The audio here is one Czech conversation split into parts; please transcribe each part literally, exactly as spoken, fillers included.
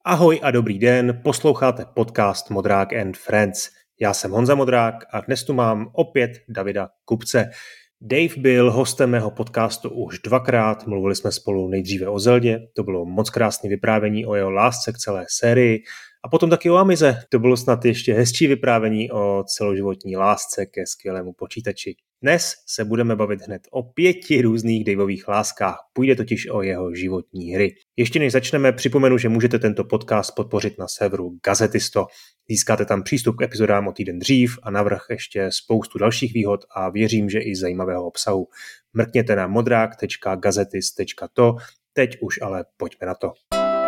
Ahoj a dobrý den, posloucháte podcast Modrák and Friends. Já jsem Honza Modrák a dnes tu mám opět Davida Kupce. Dave byl hostem mého podcastu už dvakrát, mluvili jsme spolu nejdříve o Zeldě, to bylo moc krásné vyprávění o jeho lásce k celé sérii, a potom taky o Amize, to bylo snad ještě hezčí vyprávění o celoživotní lásce ke skvělému počítači. Dnes se budeme bavit hned o pěti různých Daveových láskách, půjde totiž o jeho životní hry. Ještě než začneme, připomenu, že můžete tento podcast podpořit na serveru Gazetisto. Získáte tam přístup k epizodám o týden dřív a navrch ještě spoustu dalších výhod a věřím, že i zajímavého obsahu. Mrkněte na modrák tečka gazetist tečka to. Teď už ale pojďme na to.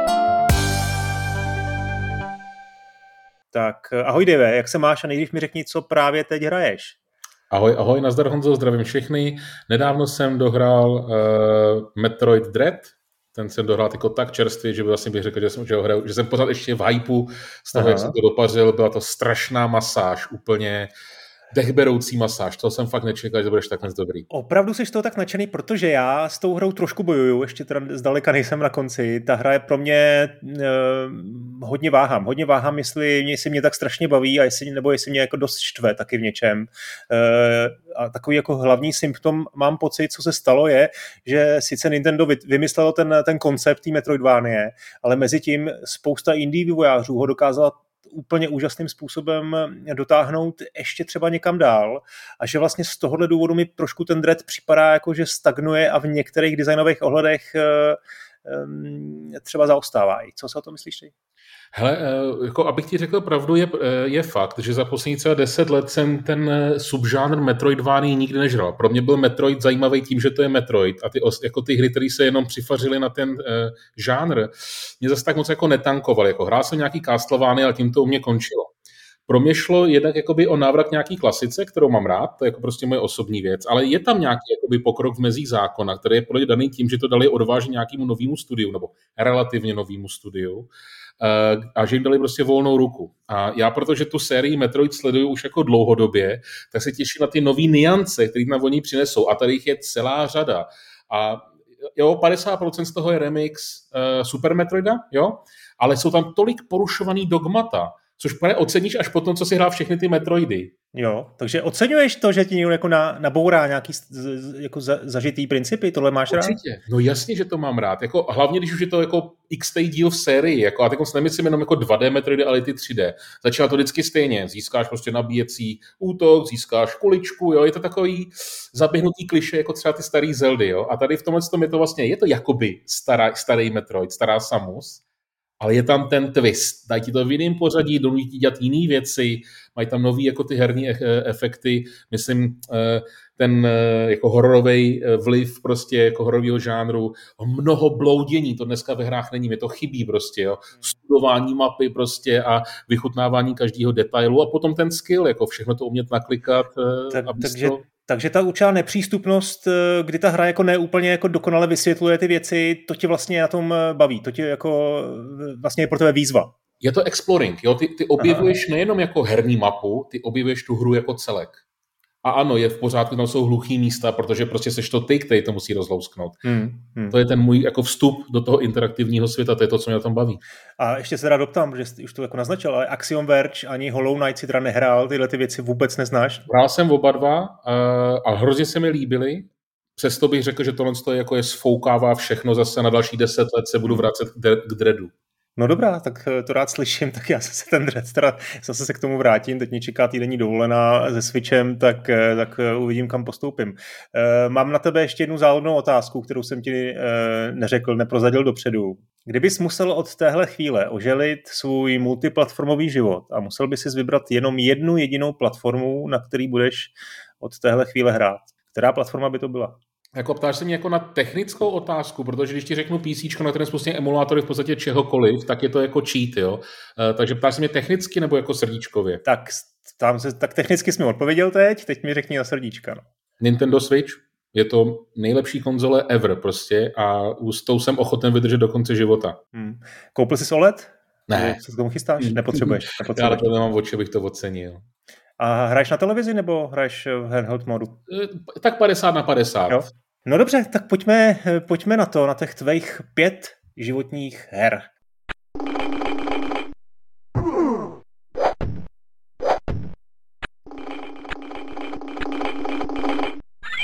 Tak ahoj Dave, jak se máš a nejdřív mi řekni, co právě teď hraješ. Ahoj, ahoj, nazdar Honzo, zdravím všechny. Nedávno jsem dohrál uh, Metroid Dread, ten jsem dohrál jako tak čerstvě, že vlastně bych řekl, že jsem, že ho hraju, že jsem pořád ještě v hypeu z toho, Aha. jak jsem to dopařil, byla to strašná masáž, úplně dechberoucí masáž, to jsem fakt nečekal, že budeš takhle dobrý. Opravdu jsi z toho tak nadšený, protože já s tou hrou trošku bojuju, ještě teda zdaleka nejsem na konci, ta hra je pro mě eh, hodně váhám, hodně váhám, jestli, jestli mě tak strašně baví a jestli, nebo jestli mě jako dost štve taky v něčem. Eh, a takový jako hlavní symptom mám pocit, co se stalo je, že sice Nintendo vymyslelo ten, ten koncept té Metroidvanie, ale mezi tím spousta indie vývojářů ho dokázala úplně úžasným způsobem dotáhnout ještě třeba někam dál a že vlastně z tohohle důvodu mi trošku ten Dread připadá jako, že stagnuje a v některých designových ohledech třeba zaostává. Co si o to myslíš ty? Hele, jako abych ti řekl pravdu, je, je fakt, že za poslední třeba deset let jsem ten subžánr Metroidvanii nikdy nežral. Pro mě byl Metroid zajímavý tím, že to je Metroid a ty, jako ty hry, které se jenom přifařily na ten uh, žánr, mě zase tak moc jako netankovaly. Jako hrál jsem nějaký Castlevania, ale tím to u mě končilo. Pro mě šlo jednak jakoby o návrat k nějaký klasice, kterou mám rád, to je jako prostě moje osobní věc, ale je tam nějaký jakoby pokrok v mezích zákona, který je podle daný tím, že to dali odvážně nějakému novému studiu, nebo relativně novému studiu, a že jim dali prostě volnou ruku. A já, protože tu sérii Metroid sleduju už jako dlouhodobě, tak se těším na ty nový niance, které tam oni přinesou. A tady jich je celá řada. A jo, padesát procent z toho je remix uh, Super Metroida, jo, ale jsou tam tolik porušovaný dogmata, což právě oceníš až potom, co si hrál všechny ty Metroidy. Jo, takže oceňuješ to, že ti někdo jako na, nabourá nějaký jako za, zažitý principy, tohle máš rád? Určitě, no jasně, že to mám rád. Jako, hlavně, když už je to jako x-tej díl v sérii, jako, a teď se nemyslím jenom jako dva dé Metroidy, ale ty tři dé. Začíná to vždycky stejně, získáš prostě nabíjecí útok, získáš kuličku, jo, je to takový zaběhnutý kliše, jako třeba ty starý Zeldy, jo, a tady v tomhle tom je to vlastně, je to jakoby stará, starý Metroid, stará Samus, ale je tam ten twist. Dají ti to v jiném pořadí, donutí dělat jiné věci, mají tam nový jako ty herní efekty, myslím, ten jako hororový vliv prostě jako hororového žánru, mnoho bloudění, to dneska ve hrách není, mě to chybí prostě, jo. Studování mapy prostě a vychutnávání každého detailu a potom ten skill, jako všechno to umět naklikat. Tak, takže... To... Takže ta určitá nepřístupnost, kdy ta hra jako neúplně jako dokonale vysvětluje ty věci, to tě vlastně na tom baví, to tě jako vlastně je pro tebe výzva. Je to exploring, jo? Ty, ty objevuješ Aha. nejenom jako herní mapu, ty objevuješ tu hru jako celek. A ano, je v pořádku, tam jsou hluchý místa, protože prostě seš to ty, který to musí rozlousknout. Hmm, hmm. To je ten můj jako vstup do toho interaktivního světa, to je to, co mě na tom baví. A ještě se rád doptám, že jsi už to jako naznačil, ale Axiom Verge ani Hollow Knight si teda nehrál, tyhle ty věci vůbec neznáš? Hrál jsem oba dva a hrozně se mi líbily, přesto bych řekl, že tohle jako je sfoukává všechno, zase na další deset let se budu vracet k Dreadu. No dobrá, tak to rád slyším, tak já se ten Dread teda zase se k tomu vrátím, teď mě čeká týdenní dovolená se Switchem, tak, tak uvidím, kam postoupím. Mám na tebe ještě jednu záhodnou otázku, kterou jsem ti neřekl, neprozradil dopředu. Kdybys musel od téhle chvíle oželit svůj multiplatformový život a musel bys si vybrat jenom jednu jedinou platformu, na který budeš od téhle chvíle hrát, která platforma by to byla? Jako ptáš se mě jako na technickou otázku, protože když ti řeknu PCčko, na kterém spustím emulátory v podstatě čehokoliv, tak je to jako cheat, jo. Uh, takže ptáš se mě technicky nebo jako srdíčkově? Tak, tam se, tak technicky jsi mi odpověděl teď, teď mi řekni na srdíčka. No. Nintendo Switch je to nejlepší konzole ever prostě a s tou jsem ochoten vydržet do konce života. Hmm. Koupil jsi O L E D? Ne. Se k tomu chystáš? Nepotřebuješ. nepotřebuješ. Já to nemám oči, abych to ocenil. A hraješ na televizi nebo hraješ v handheld modu? Tak padesát na padesát. Jo? No dobře, tak pojďme, pojďme na to, na těch tvých pět životních her.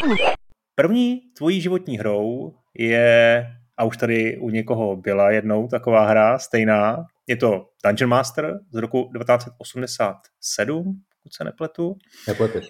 První tvojí životní hrou je, a už tady u někoho byla jednou taková hra stejná, je to Dungeon Master z roku devatenáct osmdesát sedm, pokud se nepletu. Nepleteš.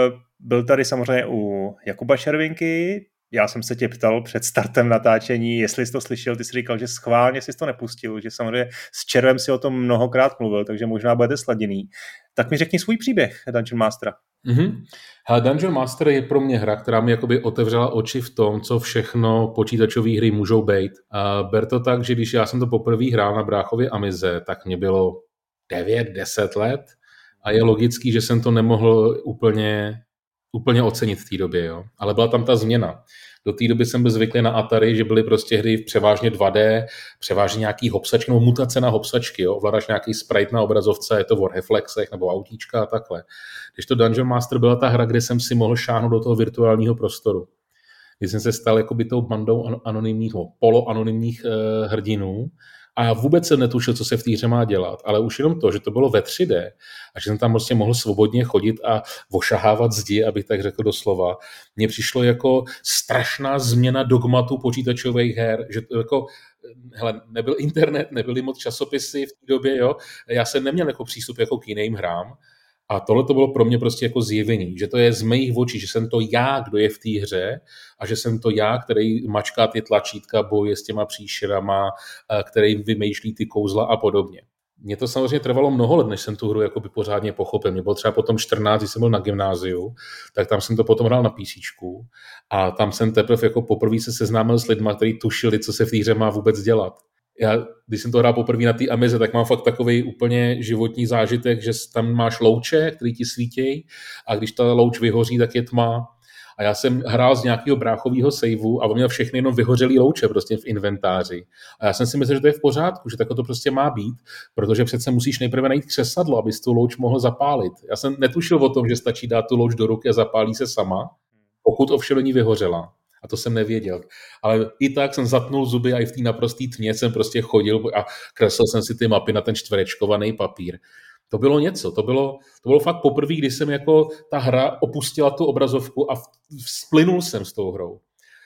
Byl tady samozřejmě u Jakuba Červinky. Já jsem se tě ptal před startem natáčení, jestli jsi to slyšel, ty jsi říkal, že schválně jsi to nepustil, že samozřejmě s Červem si o tom mnohokrát mluvil, takže možná budete sladěný. Tak mi řekni svůj příběh Dungeon Mastera. Mm-hmm. Hele, Dungeon Master je pro mě hra, která mi jakoby otevřela oči v tom, co všechno počítačové hry můžou být. A ber to tak, že když já jsem to poprvé hrál na bráchově Amize, tak mě bylo devět deset let a je logický, že jsem to nemohl úplně, úplně ocenit v té době. Jo? Ale byla tam ta změna. Do té doby jsem byl zvyklý na Atari, že byly prostě hry převážně dva dé, převážně nějaký hopsačky, nebo mutace na hopsačky, jo? Ovládáš nějaký sprite na obrazovce, je to o reflexech nebo autíčka a takhle. Když to Dungeon Master byla ta hra, kde jsem si mohl šáhnout do toho virtuálního prostoru. Když jsem se stal jakoby tou bandou anonymních, poloanonymních eh, hrdinů a já vůbec jsem netušil, co se v té hře má dělat, ale už jenom to, že to bylo ve tři dé a že jsem tam prostě mohl svobodně chodit a ošahávat zdi, abych tak řekl doslova, mně přišlo jako strašná změna dogmatu počítačových her, že to jako, hele, nebyl internet, nebyly moc časopisy v té době, jo, já jsem neměl jako přístup jako k jiným hrám. A tohle to bylo pro mě prostě jako zjevení, že to je z mých očí, že jsem to já, kdo je v té hře a že jsem to já, který mačká ty tlačítka, bojuje s těma příšerama, který vymýšlí ty kouzla a podobně. Mně to samozřejmě trvalo mnoho let, než jsem tu hru jakoby pořádně pochopil. Mě bylo třeba potom čtrnáct, když jsem byl na gymnáziu, tak tam jsem to potom hrál na PCčku a tam jsem teprve jako poprvé se seznámil s lidma, kteří tušili, co se v té hře má vůbec dělat. Já, když jsem to hrál poprvé na té Amize, tak mám fakt takový úplně životní zážitek, že tam máš louče, který ti svítějí a když ta louč vyhoří, tak je tma. A já jsem hrál z nějakého bráchového saveu a on měl všechny jenom vyhořelý louče prostě v inventáři. A já jsem si myslel, že to je v pořádku, že takhle to prostě má být, protože přece musíš nejprve najít křesadlo, abys tu louč mohl zapálit. Já jsem netušil o tom, že stačí dát tu louč do ruky a zapálí se sama, pokud ovšem není vyhořela. A to jsem nevěděl. Ale i tak jsem zatnul zuby a i v té naprosté tmě jsem prostě chodil a kreslil jsem si ty mapy na ten čtverečkovaný papír. To bylo něco. To bylo, to bylo fakt poprvé, kdy jsem jako ta hra opustila tu obrazovku a splynul jsem s tou hrou.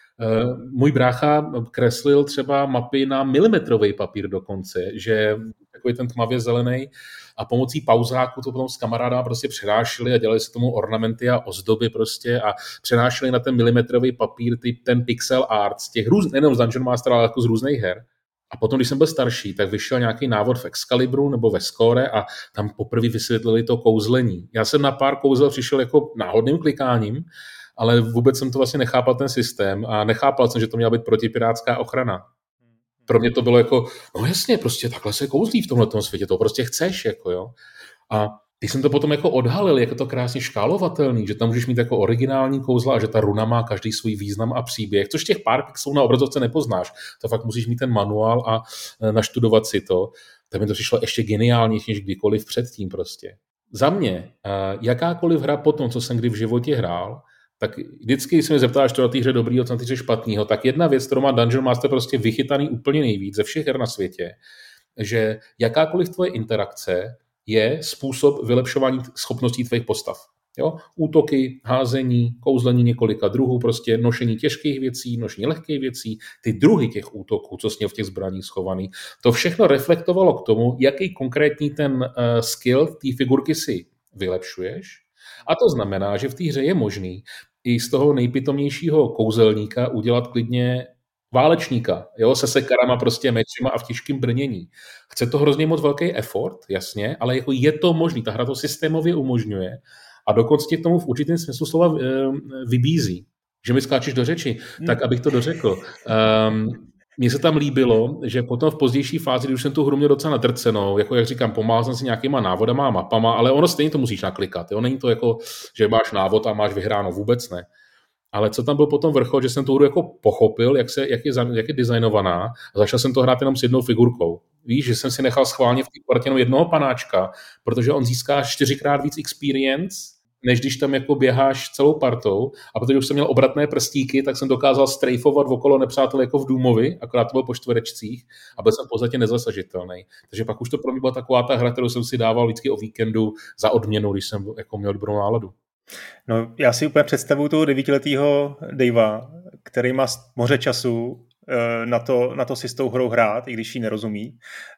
Můj brácha kreslil třeba mapy na milimetrový papír dokonce, že takový ten tmavě zelený a pomocí pauzáku to potom s kamarádama prostě přenášeli a dělali se tomu ornamenty a ozdoby prostě a přenášeli na ten milimetrový papír ty, ten pixel art z těch růz, nejenom z Dungeon Master, ale jako z různých her. A potom, když jsem byl starší, tak vyšel nějaký návod v Excalibru nebo ve Score a tam poprvé vysvětlili to kouzlení. Já jsem na pár kouzel přišel jako náhodným klikáním, ale vůbec jsem to vlastně nechápal ten systém a nechápal jsem, že to měla být protipirátská ochrana. Pro mě to bylo jako, no jasně, prostě takhle se kouzlí v tomhletom světě, to prostě chceš, jako jo. A když jsem to potom jako odhalil, jak je to krásně škálovatelný, že tam můžeš mít jako originální kouzla a že ta runa má každý svůj význam a příběh, což těch pár pixelů na obrazovce nepoznáš. To fakt musíš mít ten manuál a naštudovat si to. Tak mi to přišlo ještě geniálnější než kdykoliv předtím prostě. Za mě, jakákoliv hra po tom, co jsem kdy v životě hrál, tak vždycky, když se mě zeptáš, co na té hře dobrýho, co na té hře špatného, tak jedna věc, kterou má Dungeon Master prostě vychytaný úplně nejvíc ze všech her na světě, že jakákoliv tvoje interakce je způsob vylepšování schopností tvých postav. Jo? Útoky, házení, kouzlení několika druhů, prostě nošení těžkých věcí, nošení lehkých věcí, ty druhy těch útoků, co jsi v těch zbraních schovaný. To všechno reflektovalo k tomu, jaký konkrétní ten uh, skill té figurky si vylepšuješ. A to znamená, že v té hře je možný i z toho nejpitomnějšího kouzelníka udělat klidně válečníka, jo, se sekarama prostě mečima a v těžkém brnění. Chce to hrozně moc velký effort, jasně, ale jako je to možný, ta hra to systémově umožňuje a dokonce tě k tomu v určitém smyslu slova vybízí. Že mi skáčeš do řeči, hmm. tak abych to dořekl. Um, Mně se tam líbilo, že potom v pozdější fázi, když už jsem tu hru měl docela nadrcenou, jako jak říkám, pomáhal jsem si nějakýma návodama a mapama, ale ono stejně to musíš naklikat. Jo? Není to jako, že máš návod a máš vyhráno, vůbec ne. Ale co tam byl potom vrchol, že jsem tu hru jako pochopil, jak, se, jak, je, jak je designovaná a začal jsem to hrát jenom s jednou figurkou. Víš, že jsem si nechal schválně v té partě jenom jednoho panáčka, protože on získá čtyřikrát víc experience, než když tam jako běháš celou partou. A protože už jsem měl obratné prstíky, tak jsem dokázal strejfovat okolo nepřátel jako v Doomovi, akorát to bylo po čtverečcích a byl jsem v podstatě nezasažitelný. Takže pak už to pro mě byla taková ta hra, kterou jsem si dával vždycky o víkendu za odměnu, když jsem jako měl dobrou náladu. No, já si úplně představuju toho devítiletého Davea, který má moře času na to, na to si s tou hrou hrát, i když ji nerozumí,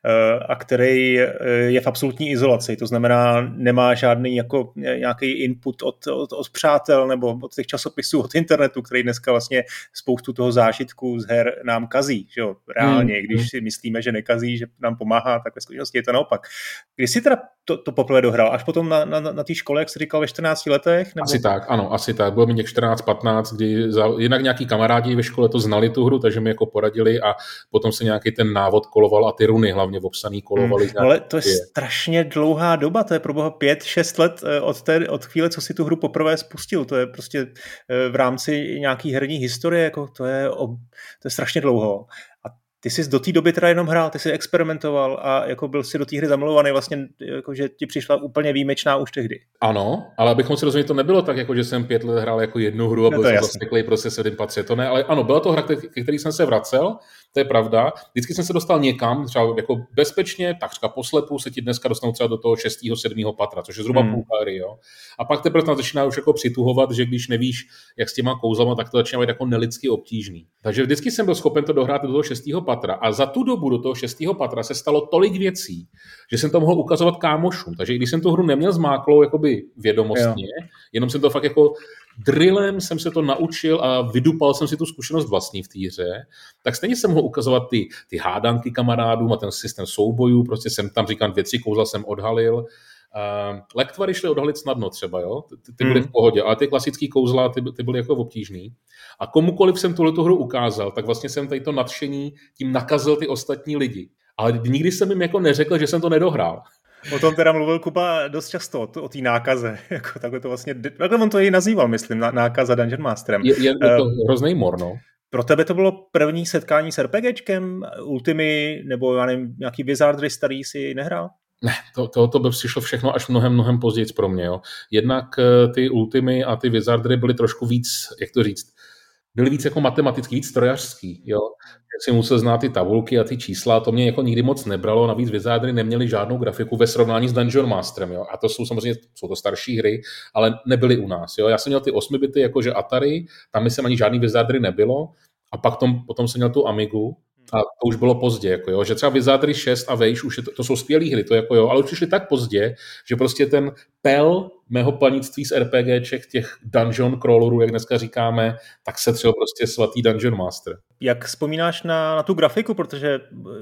a který je v absolutní izolaci, to znamená, nemá žádný jako nějaký input od, od, od přátel nebo od těch časopisů, od internetu, který dneska vlastně spoustu toho zážitku z her nám kazí, že jo, reálně, hmm. když si myslíme, že nekazí, že nám pomáhá, tak ve skutečnosti je to naopak. Když jsi teda to, to poprvé dohrál, až potom na, na, na té škole, jak jsi říkal, ve čtrnácti letech? Nebo... Asi tak, ano, asi tak. Bylo mi těch čtrnáct patnáct, kdy za, jinak nějaký kamarádi ve škole to znali tu hru, takže mi jako poradili a potom se nějaký ten návod koloval a ty runy hlavně obsaný kolovaly. Hmm, ale to je je. strašně dlouhá doba, to je pro boha pět, šest let od, té, od chvíle, co si tu hru poprvé spustil. To je prostě v rámci nějaký herní historie, jako to je, to je strašně dlouho. A ty jsi do té doby teda jenom hrál, ty jsi experimentoval a jako byl si do té hry zamilovaný, vlastně, jako, že ti přišla úplně výjimečná už tehdy. Ano, ale abychom si rozuměli, to nebylo tak, jako že jsem pět let hrál jako jednu hru a byl no jsem zasteklý prostě sedm patře, to ne, ale ano, byla to hra, ke který jsem se vracel, to je pravda. Vždycky jsem se dostal někam, třeba jako bezpečně, takřka poslepu se ti dneska dostanou třeba do toho šestého sedmého patra, což je zhruba hmm. půl hry, jo. A pak teprve tam začíná už jako přituhovat, že když nevíš, jak s těma kouzlama, tak to začíná být jako nelidsky obtížný. Takže vždycky jsem byl schopen to dohrát do toho šestého patra a za tu dobu do toho šestého patra se stalo tolik věcí, že jsem to mohl ukazovat kámošům. Takže když jsem tu hru neměl zmáklou jakoby vědomostně, jo. jenom jsem to fakt jako drillem jsem se to naučil a vydupal jsem si tu zkušenost vlastní v té hře, tak stejně jsem mohl ukazovat ty, ty hádanky kamarádům a ten systém soubojů, prostě jsem tam říkám dvě, tři kouzla jsem odhalil. Uh, lektvary šly odhalit snadno třeba, jo? Ty, ty byly hmm. v pohodě, ale ty klasický kouzla, ty, ty byly jako obtížný. A komukoliv jsem tuhletu hru ukázal, tak vlastně jsem tady to nadšení tím nakazil ty ostatní lidi. Ale nikdy jsem jim jako neřekl, že jsem to nedohrál. O tom teda mluvil Kuba dost často, o té nákaze. Jako takhle to vlastně, takhle on to i nazýval, myslím, nákaza Dungeon Masterem. Je, je to uh, hrozný mor, no. Pro tebe to bylo první setkání s RPGčkem? Ultimy nebo já nevím, nějaký Wizardry starý si nehrál? Ne, to, to, to by přišlo všechno až mnohem, mnohem později pro mě. Jo. Jednak ty Ultimy a ty Wizardry byly trošku víc, jak to říct, byly víc jako matematický, víc strojařský. Jo. Jak si musel znát ty tabulky a ty čísla, to mě jako nikdy moc nebralo, navíc Wizardry neměli žádnou grafiku ve srovnání s Dungeon Masterem. Jo. A to jsou samozřejmě, jsou to starší hry, ale nebyly u nás. Jo. Já jsem měl ty osmi bity, jakože Atari, tam mi jsem ani žádný Wizardry nebylo, a pak tom, potom jsem měl tu Amigu, a to už bylo pozdě, jako jo, že třeba Wizardry šest a vejš, už je to, to jsou skvělé hry, to jako jo, ale už přišli tak pozdě, že prostě ten pel mého panictví z RPGček, těch dungeon crawlerů, jak dneska říkáme, tak se třeba prostě svatý Dungeon Master. Jak vzpomínáš na, na tu grafiku, protože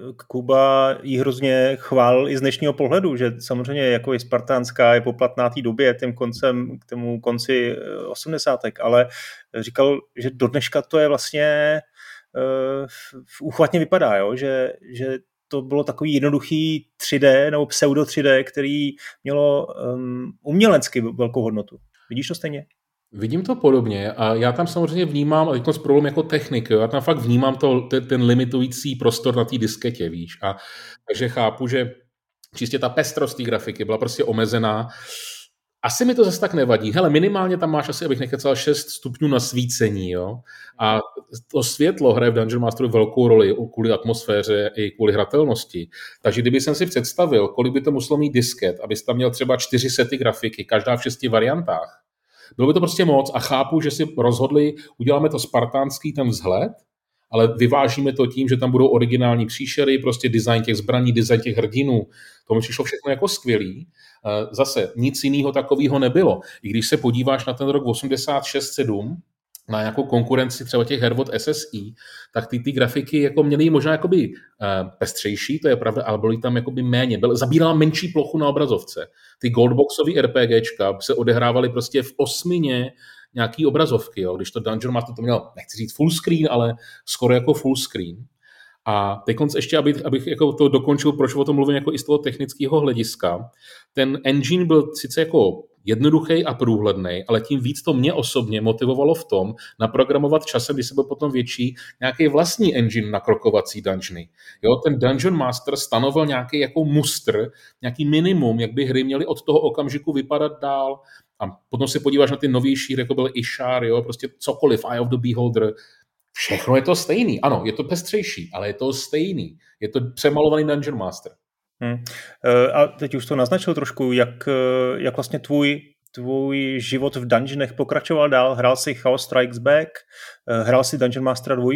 Kuba jí hrozně chválil i z dnešního pohledu, že samozřejmě jako je spartánská, je poplatná té době, tím koncem, k tomu konci osmdesátek, ale říkal, že do dneška to je vlastně úchvatně vypadá, jo? Že, že to bylo takový jednoduchý tři dé nebo pseudo tři dé, který mělo um, umělecky velkou hodnotu. Vidíš to stejně? Vidím to podobně a já tam samozřejmě vnímám, a teď problém jako technik, jo? Já tam fakt vnímám to, ten, ten limitující prostor na té disketě, víš. A takže chápu, že čistě ta pestrost té grafiky byla prostě omezená. Asi mi to zase tak nevadí. Hele, minimálně tam máš asi, abych nekecal, šest stupňů nasvícení, jo. A to světlo hraje v Dungeon Masteru velkou roli kvůli atmosféře i kvůli hratelnosti. Takže kdyby jsem si představil, kolik by to muselo mít disket, abys tam měl třeba čtyři sety grafiky, každá v šesti variantách, bylo by to prostě moc a chápu, že si rozhodli, uděláme to spartánský ten vzhled, ale vyvážíme to tím, že tam budou originální příšery, prostě design těch zbraní, design těch hrdinů. To mi přišlo všechno jako skvělý. Zase nic jiného takového nebylo. I když se podíváš na ten rok osmdesát šest sedm, na nějakou konkurenci třeba těch her od S S I, tak ty, ty grafiky jako měly možná jakoby uh, pestřejší, to je pravda, ale byly tam jakoby méně. Byl, zabírala menší plochu na obrazovce. Ty goldboxový RPGčka se odehrávaly prostě v osmině nějaký obrazovky, jo. Když to Dungeon Master to měl, nechci říct full screen, ale skoro jako full screen. A teď ještě, abych, abych jako to dokončil, proč o tom mluvím jako i z toho technického hlediska, ten engine byl sice jako jednoduchý a průhledný, ale tím víc to mě osobně motivovalo v tom naprogramovat časem, když se byl potom větší, nějaký vlastní engine na krokovací dungeony. Jo, ten Dungeon Master stanovil nějaký jako mustr, nějaký minimum, jak by hry měly od toho okamžiku vypadat dál. A potom se podíváš na ty novější, jako byl Ishar, jo, prostě cokoliv, Eye of the Beholder, všechno je to stejný. Ano, je to pestřejší, ale je to stejný. Je to přemalovaný Dungeon Master. Hmm. A teď už to naznačil trošku, jak, jak vlastně tvůj tvůj život v dungeonech pokračoval dál? Hrál jsi Chaos Strikes Back, hrál jsi Dungeon Mastera dva,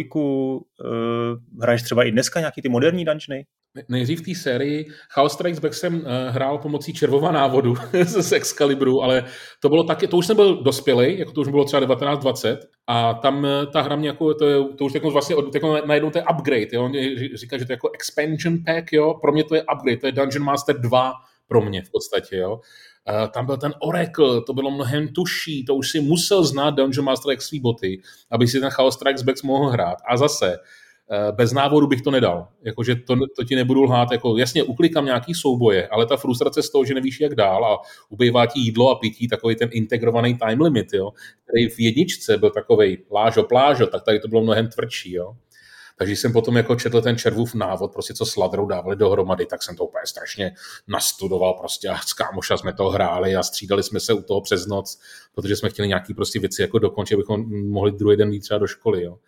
hraješ třeba i dneska nějaký ty moderní dungeony? Nejdřív v té sérii Chaos Strikes Back jsem uh, hrál pomocí červova návodu z Excalibru, ale to bylo taky, to už jsem byl dospělej, jako to už bylo třeba devatenáct dvacet a tam ta hra mě jako, to, je, to už jako vlastně jako najednou to je upgrade, jo? On říká, že to je jako expansion pack, jo? Pro mě to je upgrade, to je Dungeon Master dva pro mě v podstatě, jo. Uh, tam byl ten Oracle, to bylo mnohem tužší, to už si musel znát Dungeon Master jak svý boty, aby si ten Chaos Strikes Back mohl hrát. A zase, bez návodu bych to nedal. Jakože to, to ti nebudu lhát. Jako, jasně, uklikám nějaký souboje, ale ta frustrace z toho, že nevíš jak dál a ubývá ti jídlo a pití, takový ten integrovaný time limit, jo, který v jedničce byl takovej lážo plážo, tak tady to bylo mnohem tvrdší. Jo. Takže jsem potom jako četl ten červův návod, prostě co s Ladrou dávali dohromady, tak jsem to úplně strašně nastudoval prostě a s kámoša jsme to hráli a střídali jsme se u toho přes noc, protože jsme chtěli nějaký prostě věci jako dokončit, abychom mohli druhý den jít třeba do školy. Jo.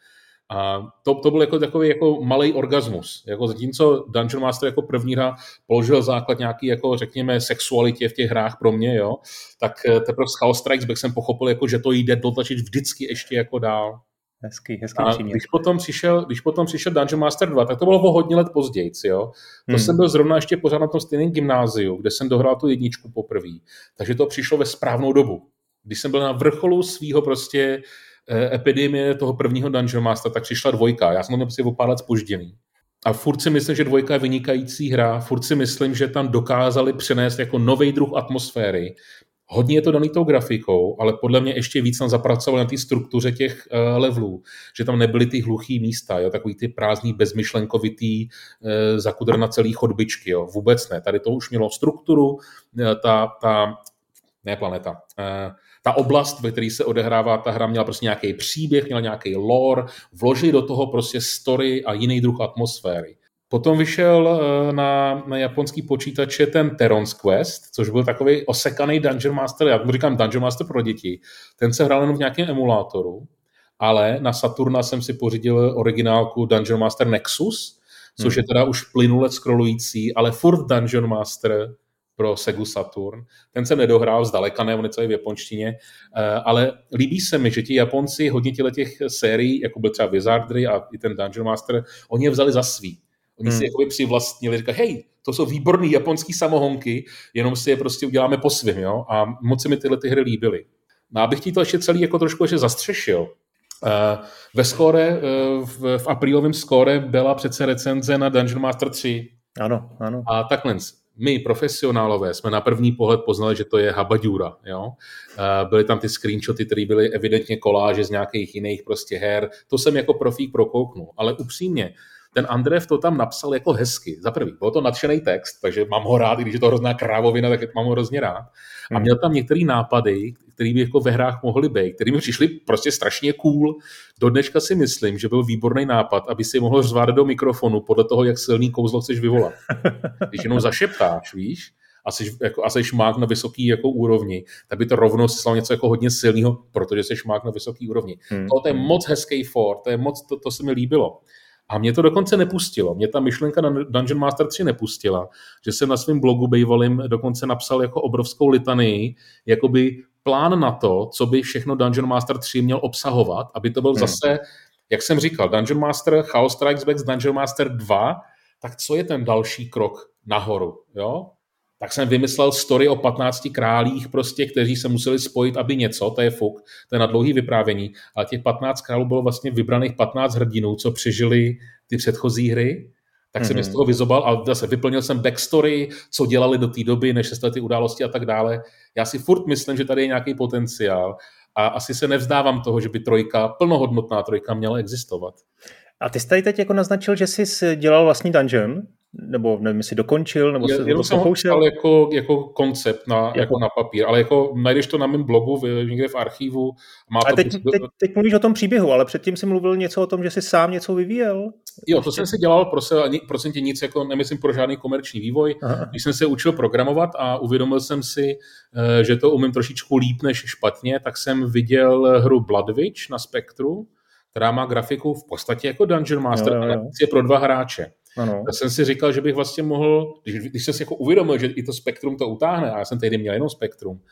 A to, to byl jako takový jako malej orgasmus. Jako zatímco Dungeon Master jako první hra položil základ nějaký, jako řekněme, sexualitě v těch hrách pro mě, jo, tak teprve z Chaos Strikes Back jsem pochopil, jako, že to jde dotlačit vždycky ještě jako dál. Hezký, hezký a když potom, přišel, když potom přišel Dungeon Master dva, tak to bylo o hodně let později. Jo? To hmm. jsem byl zrovna ještě pořád na tom stejném gymnáziu, kde jsem dohrál tu jedničku poprvé. Takže to přišlo ve správnou dobu. Když jsem byl na vrcholu svého prostě eh, epidemie toho prvního Dungeon Mastera, tak přišla dvojka. Já jsem měl prostě o pár let zpožděný. A furt si myslím, že dvojka je vynikající hra. Furt si myslím, že tam dokázali přenést jako nový druh atmosféry. Hodně je to daný tou grafikou, ale podle mě ještě víc tam zapracovali na té struktuře těch uh, levelů, že tam nebyly ty hluchý místa, jo, takový ty prázdný, bezmyšlenkovitý, uh, zakudrna celý chodbičky, jo, vůbec ne. Tady to už mělo strukturu, uh, ta, ta, ne planeta, uh, ta oblast, ve které se odehrává ta hra, měla prostě nějaký příběh, měla nějaký lore, vložili do toho prostě story a jiný druh atmosféry. Potom vyšel na, na japonský počítače ten Terron's Quest, což byl takový osekaný Dungeon Master, já mu říkám Dungeon Master pro děti. Ten se hrál jen v nějakém emulátoru, ale na Saturna jsem si pořídil originálku Dungeon Master Nexus, což hmm. je teda už plynule scrollující, ale furt Dungeon Master pro Segu Saturn. Ten jsem nedohrál zdaleka, ne, on je celý v japonštině, ale líbí se mi, že ti Japonci hodně těch sérií, jako byl třeba Wizardry a i ten Dungeon Master, oni je vzali za svý. Oni hmm. si jakoby přivlastnili, říkají, hej, to jsou výborný japonský samohonky, jenom si je prostě uděláme po svým, jo, a moc se mi tyhle ty hry líbily. No, abych ti to ještě celý jako trošku ještě zastřešil. Uh, ve skóre, uh, v, v aprílovém skóre byla přece recenze na Dungeon Master tři. Ano, ano. A takhle, my profesionálové jsme na první pohled poznali, že to je habaďůra, jo. Uh, byly tam ty screenshoty, které byly evidentně koláže z nějakých jiných prostě her. To jsem jako profík prokouknul, ale upřímně, ten Andrev to tam napsal jako hezky. Za prvý, byl to nadšený text, takže mám ho rád, i když je to hrozná krávovina, tak mám ho hrozně rád. A měl tam některé nápady, které by jako ve hrách mohly být, které mi přišly prostě strašně cool. Do dneška si myslím, že byl výborný nápad, aby si mohl řvát do mikrofonu podle toho, jak silný kouzlo chceš vyvolat. Když jenom zašeptáš, víš, a jsi, jako, a jsi šmák na vysoký jako úrovni, tak by to rovnou slalo něco jako hodně silného, protože jsi šmák na vysoký úrovni. Hmm. To, to je moc hezký for, to je moc, to, to se mi líbilo. A mě to dokonce nepustilo. Mě ta myšlenka na Dungeon Master tři nepustila, že jsem na svém blogu bývalým dokonce napsal jako obrovskou litanii, jakoby plán na to, co by všechno Dungeon Master tři měl obsahovat, aby to byl hmm. zase, jak jsem říkal, Dungeon Master, Chaos Strikes Back, Dungeon Master dva, tak co je ten další krok nahoru, jo? Tak jsem vymyslel story o patnácti králích, prostě, kteří se museli spojit, aby něco, to je fuk, to je na dlouhý vyprávění, ale těch patnáct králů bylo vlastně vybraných patnáct hrdinů, co přežili ty předchozí hry, tak jsem mm-hmm. z toho vyzobal a zase vyplnil jsem backstory, co dělali do té doby, než se staly ty události a tak dále. Já si furt myslím, že tady je nějaký potenciál a asi se nevzdávám toho, že by trojka, plnohodnotná trojka měla existovat. A ty jsi tady teď jako naznačil, že jsi dělal vlastní dungeon? Nebo nevím, jestli dokončil, nebo se to pokoušel? Jako, jako koncept na, jako... jako na papír, ale jako najdeš to na mém blogu, někde v archivu. Má ale to teď, být... teď, teď mluvíš o tom příběhu, ale předtím jsi mluvil něco o tom, že jsi sám něco vyvíjel? Jo, to jsem si dělal pro se, procentě nic, jako nemyslím pro žádný komerční vývoj. Aha. Když jsem se učil programovat a uvědomil jsem si, že to umím trošičku líp než špatně, tak jsem viděl hru Blood Witch na Spektru, která má grafiku v podstatě jako Dungeon Master, jo, jo, jo. ale je pro dva hráče. Ano. Já jsem si říkal, že bych vlastně mohl, když, když jsem si jako uvědomil, že i to Spektrum to utáhne, a já jsem tehdy měl jenom Spektrum,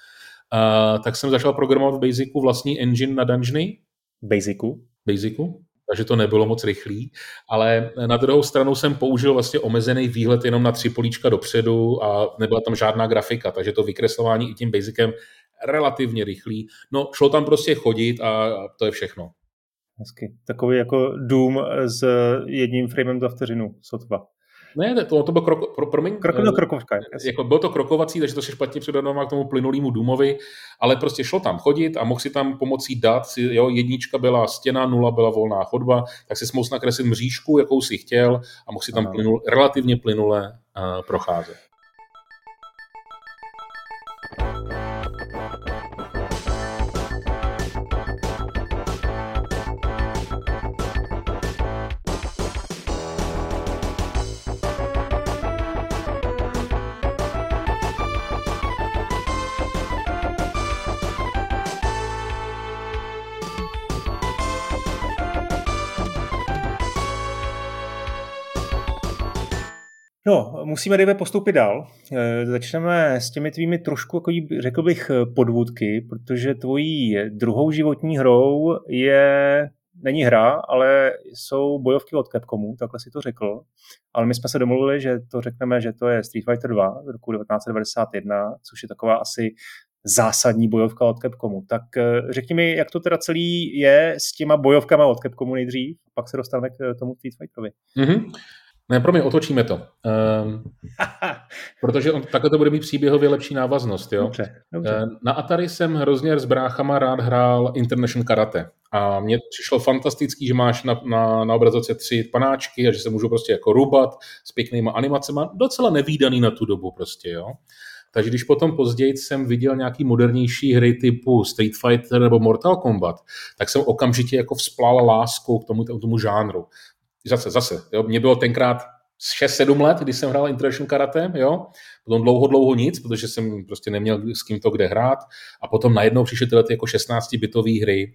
uh, tak jsem začal programovat v Basicu vlastní engine na dungeony. Basicu? Basicu. Takže to nebylo moc rychlý, ale na druhou stranu jsem použil vlastně omezený výhled jenom na tři políčka dopředu a nebyla tam žádná grafika, takže to vykreslování i tím basicem relativně rychlý. No, šlo tam prostě chodit a to je všechno. Hezky. Takový jako Doom s jedním framem za vteřinu, sotva. Ne, to, to bylo kroko, pro, promiň, Krok, no, krokovka. Jako bylo to krokovací, takže to se špatně předává k tomu plynulýmu Doomovi, ale prostě šlo tam chodit a mohl si tam pomocí dat, jo, jednička byla stěna, nula byla volná chodba, tak si mohl nakreslit mřížku, jakou si chtěl a mohl si tam plynul, relativně plynule uh, procházet. No, musíme, Dave, postoupit dál. E, začneme s těmi tvými trošku, jako řekl bych, podvůdky, protože tvojí druhou životní hrou je, není hra, ale jsou bojovky od Capcomu, takhle si to řekl. Ale my jsme se domluvili, že to řekneme, že to je Street Fighter dva z roku devatenáct set devadesát jedna, což je taková asi zásadní bojovka od Capcomu. Tak řekni mi, jak to teda celý je s těma bojovkama od Capcomu nejdřív, pak se dostaneme k tomu Street Fighterovi. Mm-hmm. Ne, pro mě otočíme to. Um, protože on, takhle to bude mít příběhově lepší návaznost. Jo? Dobře, dobře. Na Atari jsem hrozně s bráchama rád hrál International Karate. A mně přišlo fantastický, že máš na, na, na obrazovce tři panáčky a že se můžu prostě jako rubat s pěknýma animacema. Docela nevídaný na tu dobu prostě, jo. Takže když potom později jsem viděl nějaký modernější hry typu Street Fighter nebo Mortal Kombat, tak jsem okamžitě jako vzplal láskou k tomu, k tomu žánru. Zase, zase, jo, mě bylo tenkrát šest sedm let, když jsem hrál International Karate, jo, potom dlouho, dlouho nic, protože jsem prostě neměl s kým to kde hrát a potom najednou přišly tyhle ty jako šestnáctibitové hry.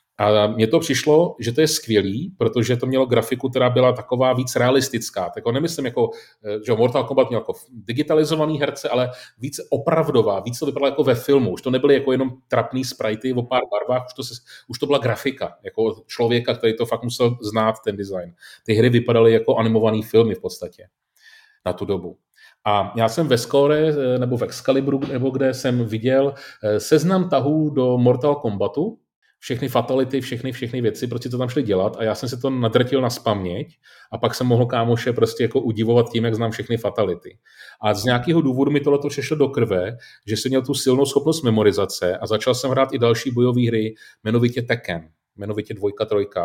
A mně to přišlo, že to je skvělý, protože to mělo grafiku, která byla taková víc realistická. Tak nemyslím jako, že Mortal Kombat měl jako digitalizovaný herce, ale víc opravdová, víc to vypadalo jako ve filmu. Už to nebyly jako jenom trapný sprajty o pár barvách, už to, se, už to byla grafika, jako člověka, který to fakt musel znát, ten design. Ty hry vypadaly jako animovaný filmy v podstatě na tu dobu. A já jsem ve Score nebo v Excalibru, nebo kde jsem viděl seznam tahů do Mortal Kombatu, všechny fatality, všechny, všechny věci, prostě to tam šli dělat a já jsem se to nadrtil na spaměť a pak jsem mohl kámoše prostě jako udivovat tím, jak znám všechny fatality. A z nějakého důvodu mi tohleto přešlo do krve, že jsem měl tu silnou schopnost memorizace a začal jsem hrát i další bojové hry, jmenovitě Tekken, jmenovitě dvojka, trojka.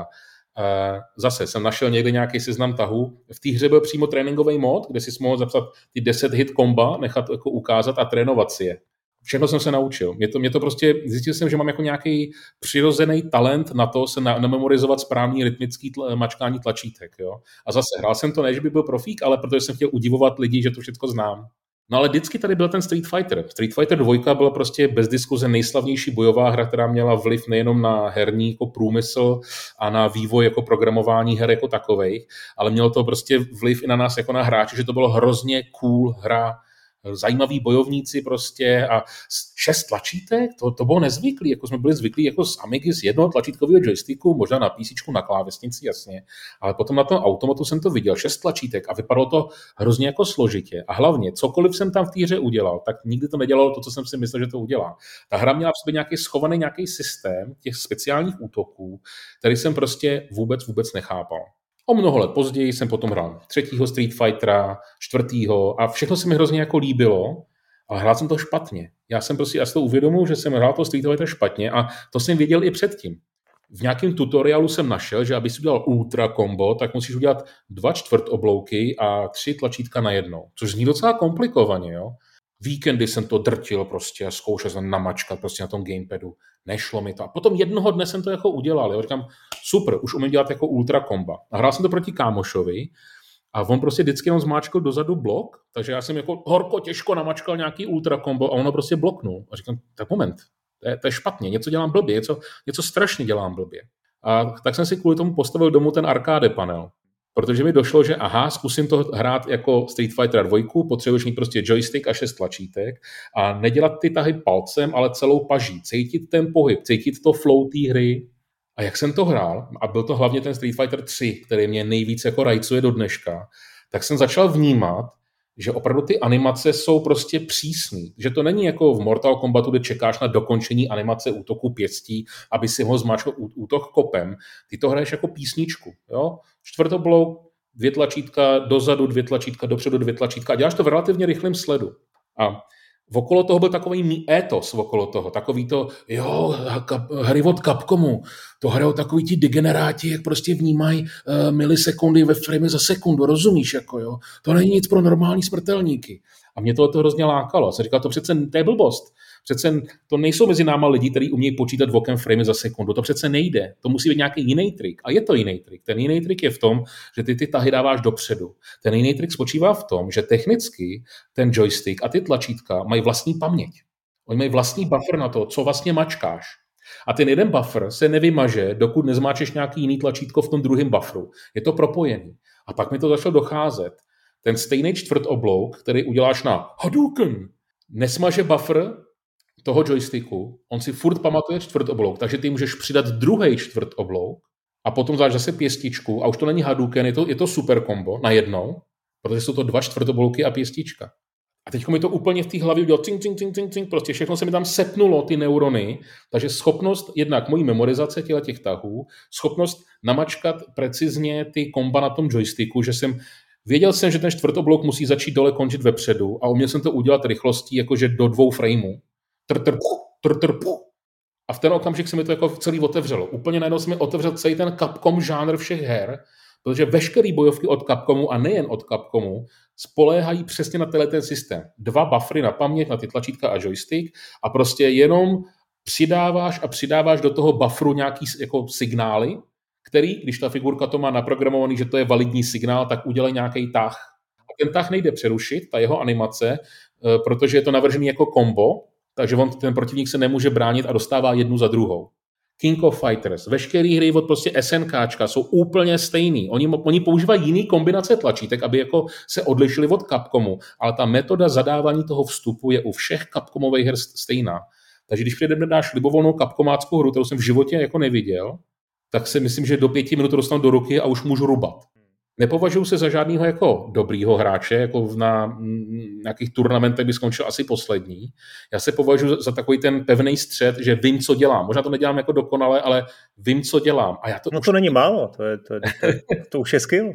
Zase jsem našel někde nějaký seznam tahů. V té hře byl přímo tréninkový mod, kde si mohl zapsat ty deset hit komba, nechat jako ukázat a trénovat si je. Všechno jsem se naučil. Mě to, mě to prostě, zjistil jsem, že mám jako nějaký přirozený talent na to se na, namemorizovat správný rytmický tl, mačkání tlačítek. Jo? A zase hrál jsem to ne, že by byl profík, ale protože jsem chtěl udivovat lidi, že to všechno znám. No ale vždycky tady byl ten Street Fighter. Street Fighter dva byla prostě bez diskuze nejslavnější bojová hra, která měla vliv nejenom na herní jako průmysl a na vývoj jako programování her jako takovej, ale mělo to prostě vliv i na nás jako na hráče, že to bylo hrozně cool hra, zajímaví bojovníci prostě a šest tlačítek, to, to bylo nezvyklý, jako jsme byli zvyklí jako z Amigy z jednoho tlačítkového joysticku, možná na písíčku, na klávesnici, jasně, ale potom na tom automatu jsem to viděl, šest tlačítek a vypadalo to hrozně jako složitě a hlavně, cokoliv jsem tam v té hře udělal, tak nikdy to nedělalo to, co jsem si myslel, že to udělá. Ta hra měla v sobě nějaký schovaný nějaký systém těch speciálních útoků, který jsem prostě vůbec, vůbec nechápal. O mnoho let později jsem potom hrál třetího Street Fightera, čtvrtýho a všechno se mi hrozně jako líbilo, ale hrál jsem to špatně. Já jsem prostě, já si to uvědomil, že jsem hrál to Street Fighter špatně a to jsem věděl i předtím. V nějakém tutoriálu jsem našel, že aby si udělal ultra combo, tak musíš udělat dva čtvrt oblouky a tři tlačítka na jednou, což zní docela komplikovaně, jo. Víkendy jsem to drtil prostě a zkoušel jsem namačkat prostě na tom gamepadu. Nešlo mi to. A potom jednoho dne jsem to jako udělal. Jo. Říkám, super, už umím dělat jako ultra komba. A hrál jsem to proti kámošovi a on prostě vždycky jenom zmáčkl dozadu blok, takže já jsem jako horko těžko namačkal nějaký ultra kombo a ono prostě bloknul. A říkám, tak moment, to je, to je špatně, něco dělám blbě, něco, něco strašně dělám blbě. A tak jsem si kvůli tomu postavil domů ten arkáde panel. protože mi došlo, že aha, zkusím to hrát jako Street Fighter dva, potřebuješ mít prostě joystick a šest tlačítek a nedělat ty tahy palcem, ale celou paží. Cítit ten pohyb, cítit to flow té hry. A jak jsem to hrál, a byl to hlavně ten Street Fighter tři, který mě nejvíc jako rajcuje do dneška, tak jsem začal vnímat, že opravdu ty animace jsou prostě přísný. Že to není jako v Mortal Kombatu, kde čekáš na dokončení animace útoku pěstí, aby si ho zmáčkl útok kopem. Ty to hraješ jako písničku. Jo? Čtvrtoblouk, dvě tlačítka dozadu, dvě tlačítka dopředu, dvě tlačítka a děláš to v relativně rychlém sledu. A okolo toho byl takový mý étos okolo toho, takový to, jo, hry od Capcomu, to hrajou takový ti degeneráti, jak prostě vnímají uh, milisekundy ve frame za sekundu, rozumíš, jako jo, to není nic pro normální smrtelníky. A mě tohle to hrozně lákalo. Jsem říkal, to přece to je blbost. Přece to nejsou mezi náma lidi, kteří umějí počítat vokem frame za sekundu. To přece nejde. To musí být nějaký jiný trik. A je to jiný trik. Ten jiný trik je v tom, že ty ty tahy dáváš dopředu. Ten jiný trik spočívá v tom, že technicky ten joystick a ty tlačítka mají vlastní paměť. Oni mají vlastní buffer na to, co vlastně mačkáš. A ten jeden buffer se nevymaže, dokud nezmáčeš nějaký jiný tlačítko v tom druhém bufferu. Je to propojený. A pak mi to začalo docházet. Ten stejný čtvrtoblouk, který uděláš na Hadouken, nesmaže buffer toho joysticku, on si furt pamatuje čtvrtoblouk, takže ty můžeš přidat druhý čtvrtoblouk a potom dáš zase pěstičku a už to není Hadouken, je to, je to super kombo najednou, protože jsou to dva čtvrtoblouky a pěstička. A teď mi to úplně v té hlavě udělal cink, cink, cink, cink, cink, prostě všechno se mi tam sepnulo, ty neurony, takže schopnost jednak mojí memorizace těla těch tahů, schopnost namačkat precizně ty komba na tom joysticku, že jsem věděl jsem, že ten čtvrtoblouk musí začít dole končit vepředu a uměl jsem to udělat rychlostí jakože do dvou frameů. Tr, tr, tr, tr, tr. A v ten okamžik se mi to jako celý otevřelo. Úplně najednou se mi otevřel celý ten Capcom žánr všech her, protože veškeré bojovky od Capcomu a nejen od Capcomu spoléhají přesně na tenhle ten systém. Dva buffery na paměť, na ty tlačítka a joystick a prostě jenom přidáváš a přidáváš do toho bufferu nějaký jako signály, který, když ta figurka to má naprogramovaný, že to je validní signál, tak udělej nějaký tah. A ten tah nejde přerušit, ta jeho animace, protože je to navržený jako kombo, takže on, ten protivník se nemůže bránit a dostává jednu za druhou. King of Fighters, veškeré hry od prostě SNKčka jsou úplně stejný. Oni, oni používají jiný kombinace tlačítek, aby jako se odlišili od Capcomu, ale ta metoda zadávání toho vstupu je u všech Capcomových her stejná. Takže když přijdeme dáš libovolnou capcomáckou hru, kterou jsem v životě jako neviděl, tak si myslím, že do pěti minut dostanu do ruky a už můžu rubat. Nepovažuji se za žádného jako dobrýho hráče, jako na nějakých turnamentech by skončil asi poslední. Já se považuji za takový ten pevný střed, že vím, co dělám. Možná to nedělám jako dokonale, ale vím, co dělám. A já to no už... to není málo, to, je, to, je, to, je, to už je skill.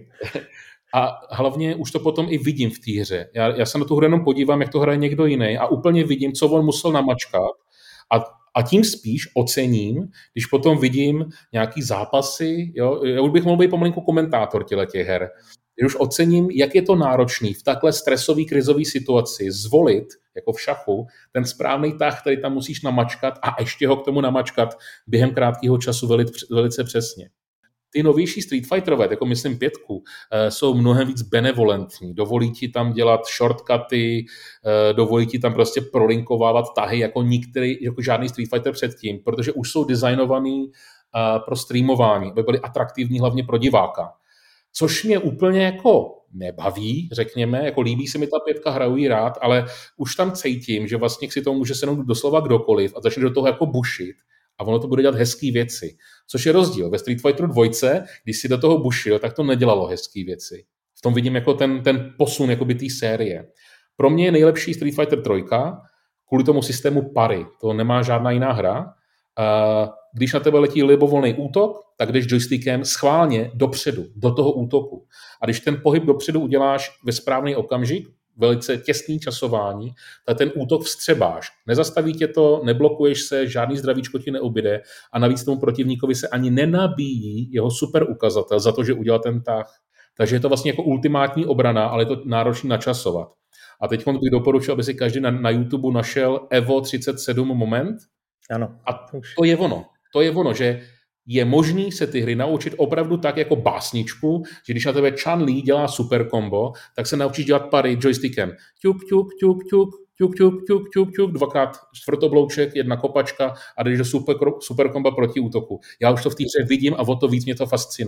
A hlavně už to potom i vidím v té hře. Já, já se na tu hru jenom podívám, jak to hraje někdo jiný a úplně vidím, co on musel namačkat a A tím spíš ocením, když potom vidím nějaký zápasy, jo, já už bych mohl být pomalinku komentátor těch her, když už ocením, jak je to náročný v takhle stresový, krizový situaci zvolit, jako v šachu, ten správný tah, který tam musíš namačkat a ještě ho k tomu namačkat během krátkého času velice, velice přesně. Ty novější Street Fighterové, jako myslím pětku, jsou mnohem víc benevolentní. Dovolí ti tam dělat shortcuty, dovolí ti tam prostě prolinkovávat tahy jako, nikterý, jako žádný Street Fighter předtím, protože už jsou designovaný pro streamování, aby byly atraktivní hlavně pro diváka. Což mě úplně jako nebaví, řekněme, jako líbí se mi ta pětka, hraju ji rád, ale už tam cítím, že vlastně si to může sednout doslova kdokoliv a začne do toho jako bušit. A ono to bude dělat hezký věci. Což je rozdíl. Ve Street Fighteru dva, když si do toho bušil, tak to nedělalo hezký věci. V tom vidím jako ten, ten posun jakoby té série. Pro mě je nejlepší Street Fighter tři kvůli tomu systému pary. To nemá žádná jiná hra. Když na tebe letí libovolný útok, tak jdeš joystickem schválně dopředu, do toho útoku. A když ten pohyb dopředu uděláš ve správný okamžik, velice těsný časování, tak ten útok vstřebáš. Nezastaví tě to, neblokuješ se, žádný zdravíčko ti neubyde a navíc tomu protivníkovi se ani nenabíjí jeho super ukazatel za to, že udělal ten tah. Takže je to vlastně jako ultimátní obrana, ale je to náročný načasovat. A teď bych doporučil, aby si každý na, na YouTube našel Evo třicet sedm moment. Ano. A to je ono. To je ono, že je možný se ty hry naučit opravdu tak jako básničku, že když na tebe Chan Li dělá super kombo, tak se naučíš dělat pary joystickem. Ťuk, ťuk, ťuk, ťuk, ťuk, ťuk, ťuk, ťuk, ťuk, dvakrát čtvrtoblouček, jedna kopačka a jdeš do super, super komba proti útoku. Já už to v té hře vidím a o to víc mě to fascinuje.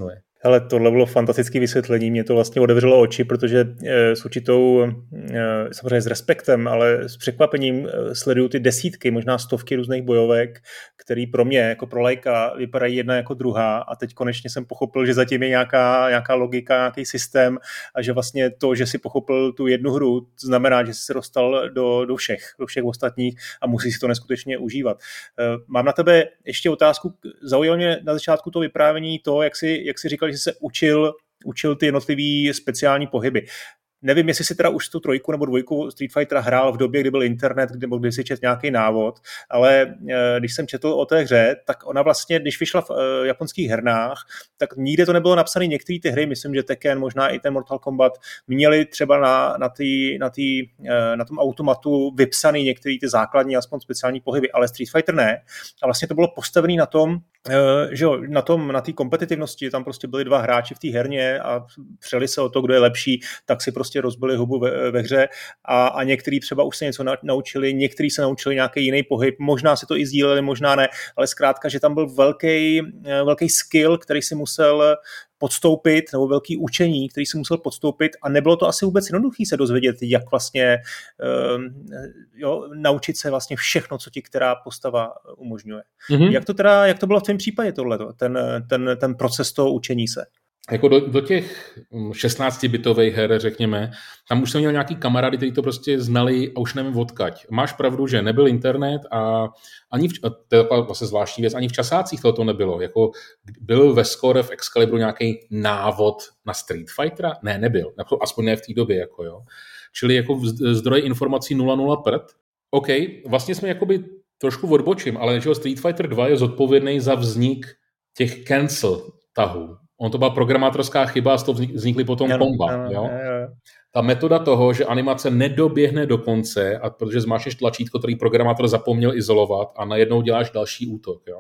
Hele, tohle bylo fantastické vysvětlení, mě to vlastně otevřelo oči, protože e, s určitou, e, samozřejmě s respektem, ale s překvapením e, sleduju ty desítky, možná stovky různých bojovek, který pro mě, jako pro laika, vypadají jedna jako druhá a teď konečně jsem pochopil, že zatím je nějaká, nějaká logika, nějaký systém a že vlastně to, že si pochopil tu jednu hru, znamená, že jsi se dostal do, do všech, do všech ostatních a musí si to neskutečně užívat. E, mám na tebe ještě otázku, zaujalo mě na začátku to vyprávění to, jak si, jak si říkal, že se učil, učil ty jednotlivý speciální pohyby. Nevím, jestli si teda už tu trojku nebo dvojku Street Fightera hrál v době, kdy byl internet, nebo kdy si čet nějaký návod, ale když jsem četl o té hře, tak ona vlastně, když vyšla v uh, japonských hernách, tak nikde to nebylo napsané. Některé ty hry, myslím, že Tekken, možná i ten Mortal Kombat, měli třeba na, na, tý, na, tý, uh, na tom automatu vypsaný některé ty základní, aspoň speciální pohyby, ale Street Fighter ne. A vlastně to bylo postavené na tom, Uh, že jo, na tom, na té kompetitivnosti, tam prostě byli dva hráči v té herně a přeli se o to, kdo je lepší, tak si prostě rozbili hubu ve, ve hře a, a některý třeba už se něco na, naučili, některý se naučili nějaký jiný pohyb, možná si to i sdíleli, možná ne, ale zkrátka, že tam byl velký, velký skill, který si musel podstoupit, nebo velký učení, který si musel podstoupit a nebylo to asi vůbec jednoduchý se dozvědět, jak vlastně um, jo, naučit se vlastně všechno, co ti která postava umožňuje. Mm-hmm. Jak to teda, jak to bylo v tvém případě tohleto, ten, ten, ten proces toho učení se? Jako do, do těch šestnáctibitových her, řekněme, tam už jsem měl nějaký kamarády, kteří to prostě znali a už nevím odkaď. Máš pravdu, že nebyl internet a ani v, to je vlastně zvláštní věc, ani v časácích to nebylo. Jako byl ve Score v Excalibru nějaký návod na Street Fightera? Ne, nebyl. Aspoň ne v té době. Jako, jo. Čili jako zdroj informací nula nula prd. OK, vlastně jsme jakoby trošku odbočím, ale že Street Fighter dva je zodpovědný za vznik těch cancel tahů. On to byla programátorská chyba a z toho vznikly potom ano, komba. Ano, jo? Jo. Ta metoda toho, že animace nedoběhne do konce, a protože zmášneš tlačítko, který programátor zapomněl izolovat a najednou děláš další útok. Jo?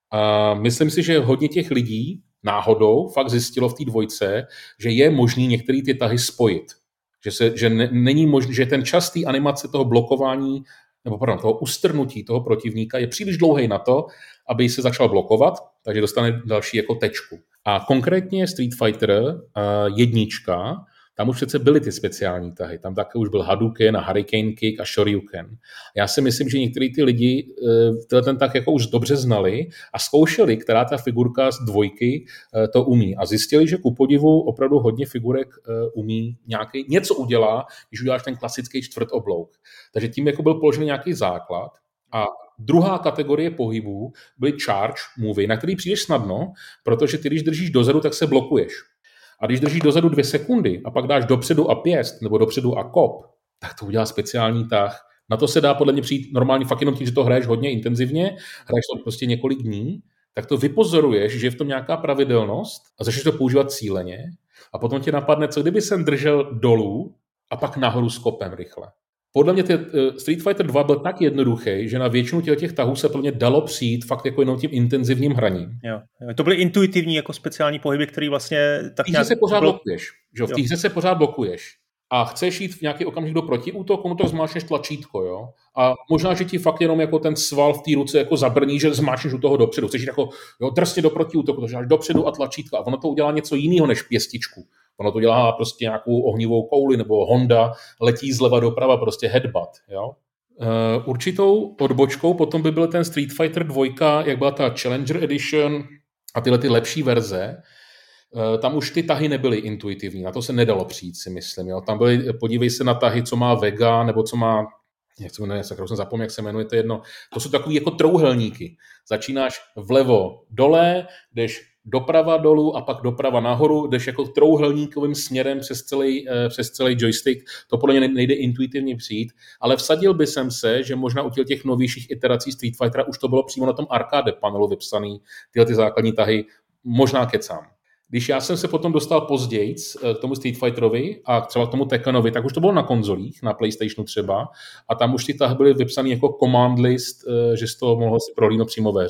A myslím si, že hodně těch lidí náhodou fakt zjistilo v té dvojce, že je možný některé ty tahy spojit. Že, se, že ne, není možný, že ten čas té animace toho blokování nebo pardon, toho ustrnutí toho protivníka je příliš dlouhý na to, aby se začal blokovat, takže dostane další jako tečku. A konkrétně Street Fighter uh, jednička, tam už přece byly ty speciální tahy. Tam také už byl Hadouken a Hurricane Kick a Shoryuken. Já si myslím, že některý ty lidi uh, ten tah jako už dobře znali a zkoušeli, která ta figurka z dvojky uh, to umí. A zjistili, že ku podivu opravdu hodně figurek uh, umí nějaký, něco udělá, když uděláš ten klasický čtvrtoblouk. Takže tím jako byl položený nějaký základ. A druhá kategorie pohybů byly charge movie, na který přijdeš snadno, protože ty, když držíš dozadu, tak se blokuješ. A když držíš dozadu dvě sekundy a pak dáš dopředu a pěst, nebo dopředu a kop, tak to udělá speciální tah. Na to se dá podle mě přijít normálně fakt jenom tím, že to hraješ hodně intenzivně, hraješ to prostě několik dní, tak to vypozoruješ, že je v tom nějaká pravidelnost a začneš to používat cíleně a potom tě napadne, co kdyby jsem držel dolů a pak nahoru s kopem rychle. Podle mě ty, uh, Street Fighter dva byl tak jednoduchý, že na většinu těch, těch tahů se plně dalo přijít fakt jako jenom tím intenzivním hraním. Jo. To byly intuitivní jako speciální pohyby, které vlastně tak nějak... se pořád bylo... blokuješ. Že? V té hře se pořád blokuješ. A chceš jít v nějaký okamžik do protiútoku, no to zmáčneš tlačítko, jo. A možná, že ti fakt jenom jako ten sval v té ruce jako zabrní, že zmáčneš u toho dopředu. Chceš jít jako jo, drsně do protiútoku, takže dáš dopředu a tlačítko. A ono to udělá něco jiného než pěstičku. Ono to dělá prostě nějakou ohnivou kouli, nebo Honda letí zleva doprava, prostě headbutt, jo. Uh, určitou odbočkou potom by byl ten Street Fighter dva, jak byla ta Challenger Edition a tyhle ty lepší verze. Uh, tam už ty tahy nebyly intuitivní, na to se nedalo přijít, si myslím, jo. Tam byly, podívej se na tahy, co má Vega, nebo co má, jak se jmenuje, sakra, jsem zapomněl, jak se jmenuje, to jedno. To jsou takový jako trouhelníky. Začínáš vlevo dole, jdeš doprava dolů a pak doprava nahoru, jdeš jako trouhelníkovým směrem přes celý, přes celý joystick. To podle mě nejde intuitivně přijít, ale vsadil by jsem se, že možná u těch novějších iterací Street Fightera už to bylo přímo na tom arcade panelu vypsaný, tyhle ty základní tahy, možná kecám. Když já jsem se potom dostal později k tomu Street Fighterovi a třeba k tomu Tekkenovi, tak už to bylo na konzolích, na PlayStationu třeba, a tam už ty tahy byly vypsaný jako command list, že z toho mohlo si prolínout přímo ve hře.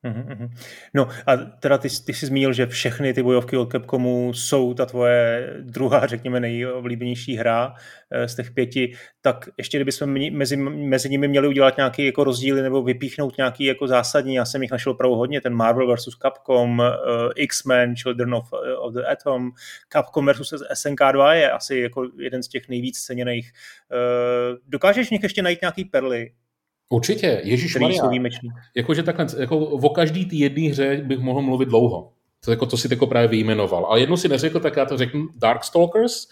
Uhum. No a teda ty, ty jsi zmínil, že všechny ty bojovky od Capcomu jsou ta tvoje druhá, řekněme, nejoblíbenější hra z těch pěti, tak ještě kdybychom mezi, mezi nimi měli udělat nějaké jako rozdíly nebo vypíchnout nějaký jako zásadní, já jsem jich našel opravdu hodně, ten Marvel versus. Capcom, uh, X-Men, Children of, uh, of the Atom, Capcom versus. S N K dva je asi jako jeden z těch nejvíc ceněných. Uh, dokážeš v nich ještě najít nějaký perly? Určitě, ježišmarja. Jakože takhle, jako o každý té jedné hře bych mohl mluvit dlouho. To, jako, to si jako právě vyjmenoval. Ale jednu si neřekl, tak já to řeknu. Darkstalkers.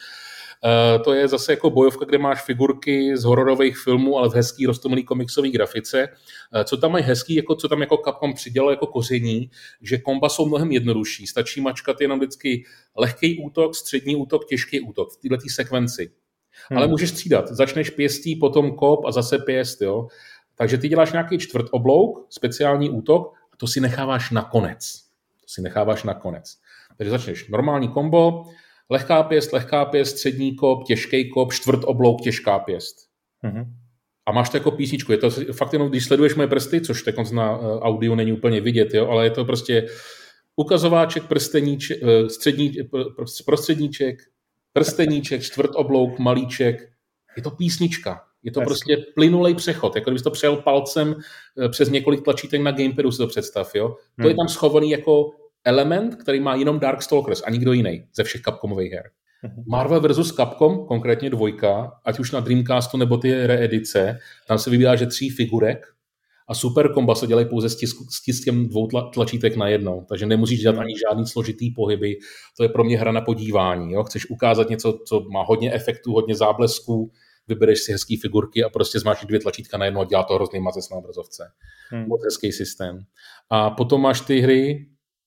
Uh, to je zase jako bojovka, kde máš figurky z hororových filmů, ale v hezký roztomilý komiksové grafice. Uh, co tam mají hezký, jako, co tam jako Capcom přidělal jako koření, že komba jsou mnohem jednodušší. Stačí mačkat jenom vždycky lehký útok, střední útok, těžký útok v této sekvenci. Hmm. Ale můžeš střídat. Začneš pěstí, potom kop a zase pěst, jo. Takže ty děláš nějaký čtvrt oblouk, speciální útok a to si necháváš na konec. To si necháváš na konec. Takže začneš normální kombo, lehká pěst, lehká pěst, střední kop, těžký kop, čtvrt oblouk, těžká pěst. Mm-hmm. A máš to jako písničku. Je to fakt jenom, když sleduješ moje prsty, což teď na audio není úplně vidět, jo, ale je to prostě ukazováček, prsteníček, střední, prostředníček, prsteníček, čtvrt oblouk, malíček. Je to písnička. Je to Hezky. Prostě plynulej přechod, jako kdybys to přejel palcem přes několik tlačítek na gamepadu, si to představ, jo. Hmm. To je tam schovaný jako element, který má jenom Darkstalkers a nikdo jiný ze všech Capcomových her. Hmm. Marvel versus. Capcom, konkrétně dvojka, ať už na Dreamcastu nebo ty reedice, tam se vybírá, že tří figurek a super komba se dělají pouze s, tisk, s tiskem dvou tla, tlačítek na jednou, takže nemusíš dělat ani žádný složitý pohyby, to je pro mě hra na podívání, jo. Chceš ukázat něco, co má hodně efektů, hodně záblesků, vybereš si hezký figurky a prostě zmáš dvě tlačítka na jedno a dělá to hrozný mazec na obrazovce. Hmm. Moc hezký systém. A potom máš ty hry,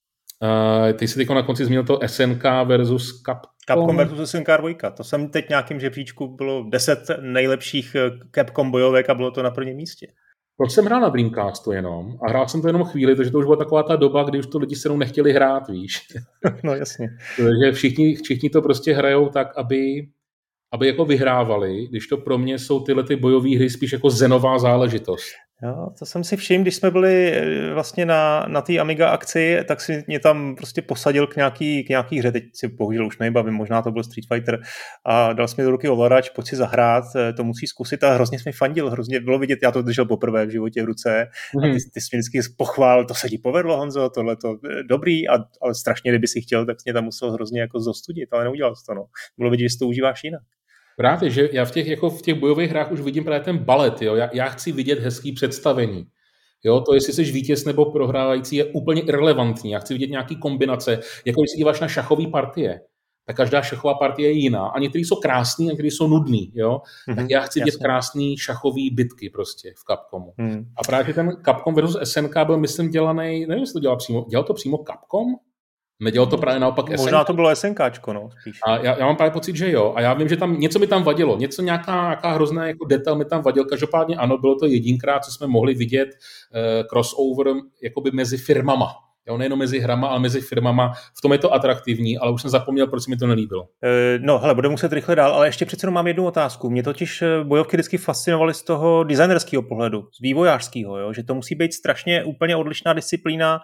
uh, ty jsi teď na konci zmínil to S N K versus. Capcom. Capcom versus. S N K dva. To jsem teď nějakým žebříčku, bylo deset nejlepších Capcom bojovek a bylo to na prvním místě. Proč jsem hrál na Dreamcastu jenom? A hrál jsem to jenom chvíli, protože to už byla taková ta doba, kdy už to lidi se mnou nechtěli hrát, víš. No jasně. Takže všichni, všichni to prostě hrajou tak, aby aby jako vyhrávali, když to pro mě jsou tyhle ty bojové hry spíš jako zenová záležitost. Jo, to jsem si všiml, když jsme byli vlastně na, na té Amiga akci, tak si mě tam prostě posadil k nějaký, k nějaký hře, teď si bohužel už nebavím, možná to byl Street Fighter a dal jsi mi do ruky ovladač, pojď si zahrát, to musí zkusit a hrozně jsi mi fandil, hrozně bylo vidět, já to držel poprvé v životě v ruce mm. a ty, ty jsi mi vždycky pochvál, to se ti povedlo, Honzo, tohle to dobrý, a, ale strašně, kdyby si chtěl, tak jsi mě tam musel hrozně jako zostudit, ale neudělal jsi to, no. Bylo vidět, že si to užíváš jinak. Právě, že já v těch, jako v těch bojových hrách už vidím právě ten balet, jo? Já, já chci vidět hezký představení. Jo? To, jestli jsi vítěz nebo prohrávající, je úplně irrelevantní. Já chci vidět nějaký kombinace, jako když si díváš na šachové partie, tak každá šachová partie je jiná. A některý jsou krásný, a některý jsou nudný, jo? Mm-hmm, tak já chci vidět krásný šachový bitky prostě v Capcomu. Mm. A právě ten Capcom versus. S N K byl, myslím, dělaný, nevím, jestli to dělal přímo, dělal to přímo Capcom? Nedělal to právě naopak S N K? Možná to bylo SNKčko, no, spíš. A já, já mám právě pocit, že jo. A já vím, že tam něco mi tam vadilo. Něco, nějaká, nějaká hrozná jako detail mi tam vadil. Každopádně ano, bylo to jedinkrát, co jsme mohli vidět uh, crossover jakoby mezi firmama. Jo, nejenom mezi hrama, ale mezi firmama. V tom je to atraktivní, ale už jsem zapomněl, proč mi to nelíbilo. E, no, hele, budu muset rychle dál, ale ještě přece mám jednu otázku. Mě totiž bojovky vždycky fascinovaly z toho designerského pohledu, z vývojářského, jo, že to musí být strašně úplně odlišná disciplína.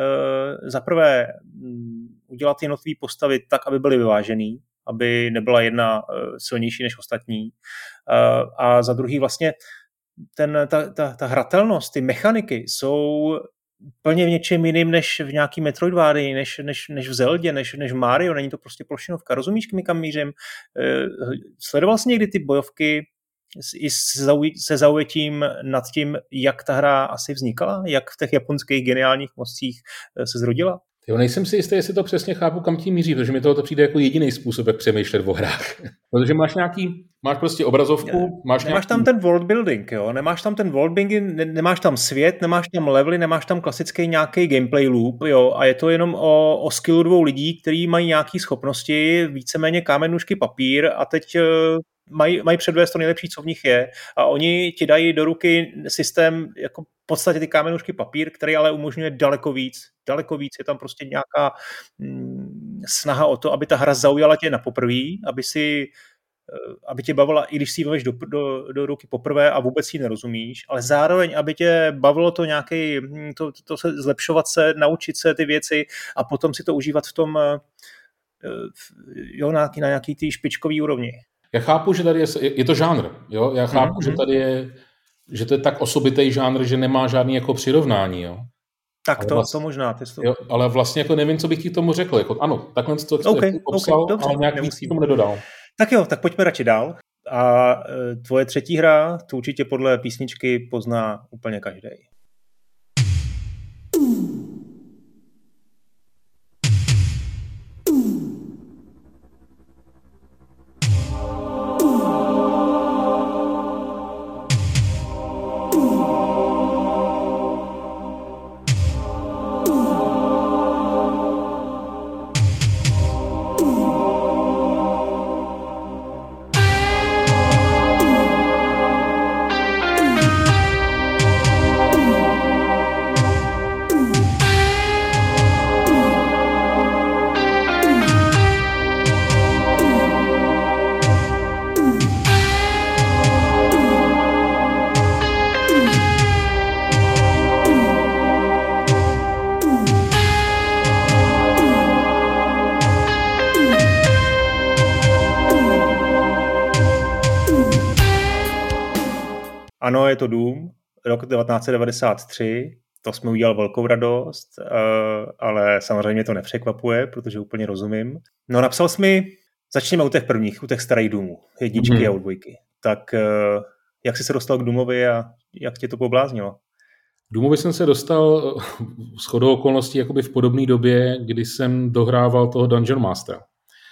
E, za prvé udělat jednotlivé postavy tak, aby byly vyvážený, aby nebyla jedna silnější než ostatní. E, a za druhý vlastně ten, ta, ta, ta hratelnost, ty mechaniky jsou plně v něčem jiným než v nějaký Metroidvanii, než, než, než v Zeldě, než, než v Mario, není to prostě plošinovka. Rozumíš, kam mířím? Sledoval jsi někdy ty bojovky i se zaujetím nad tím, jak ta hra asi vznikala? Jak v těch japonských geniálních mozcích se zrodila? Jo, nejsem si jistý, jestli to přesně chápu, kam tím míří, protože mi tohoto přijde jako jediný způsob, jak přemýšlet o hrách. Protože máš nějaký, máš prostě obrazovku, máš Nemáš nějaký... tam ten world building, jo, nemáš tam ten world building, ne, nemáš tam svět, nemáš tam levely, nemáš tam klasický nějaký gameplay loop, jo, a je to jenom o, o skillu dvou lidí, kteří mají nějaké schopnosti, víceméně kámen, nůžky, papír a teď mají, mají předvést to nejlepší, co v nich je, a oni ti dají do ruky systém jako v podstatě ty kámenušky papír, který ale umožňuje daleko víc. Daleko víc. Je tam prostě nějaká mm, snaha o to, aby ta hra zaujala tě na poprví, aby si aby tě bavila, i když si ji vemeš do, do, do ruky poprvé a vůbec ji nerozumíš, ale zároveň, aby tě bavilo to nějaký, to, to se zlepšovat se, naučit se ty věci a potom si to užívat v tom, jo, na, na nějaký ty špičkový úrovni. Já chápu, že tady je, je to žánr, jo, já chápu, mm-hmm. že tady je, že to je tak osobitý žánr, že nemá žádný jako přirovnání, jo. Tak to, vlastně, to možná. To... Jo, ale vlastně jako nevím, co bych ti tomu řekl. Jako, ano, takhle to okay, popsal, okay, ale nějak víc tomu nedodal. Tak jo, tak pojďme radši dál. A e, tvoje třetí hra, tu určitě podle písničky pozná úplně každý. Ano, je to Doom, rok devatenáct set devadesát tři, to jsme udělal velkou radost, ale samozřejmě to nepřekvapuje, protože úplně rozumím. No napsal jsi mi, začněme u těch prvních, u těch starých Doomů, jedničky mm-hmm. a u dvojky. Tak jak jsi se dostal k Doomovi a jak tě to pobláznilo? K Doomovi jsem se dostal shodou okolností jakoby v podobné době, kdy jsem dohrával toho Dungeon Mastera.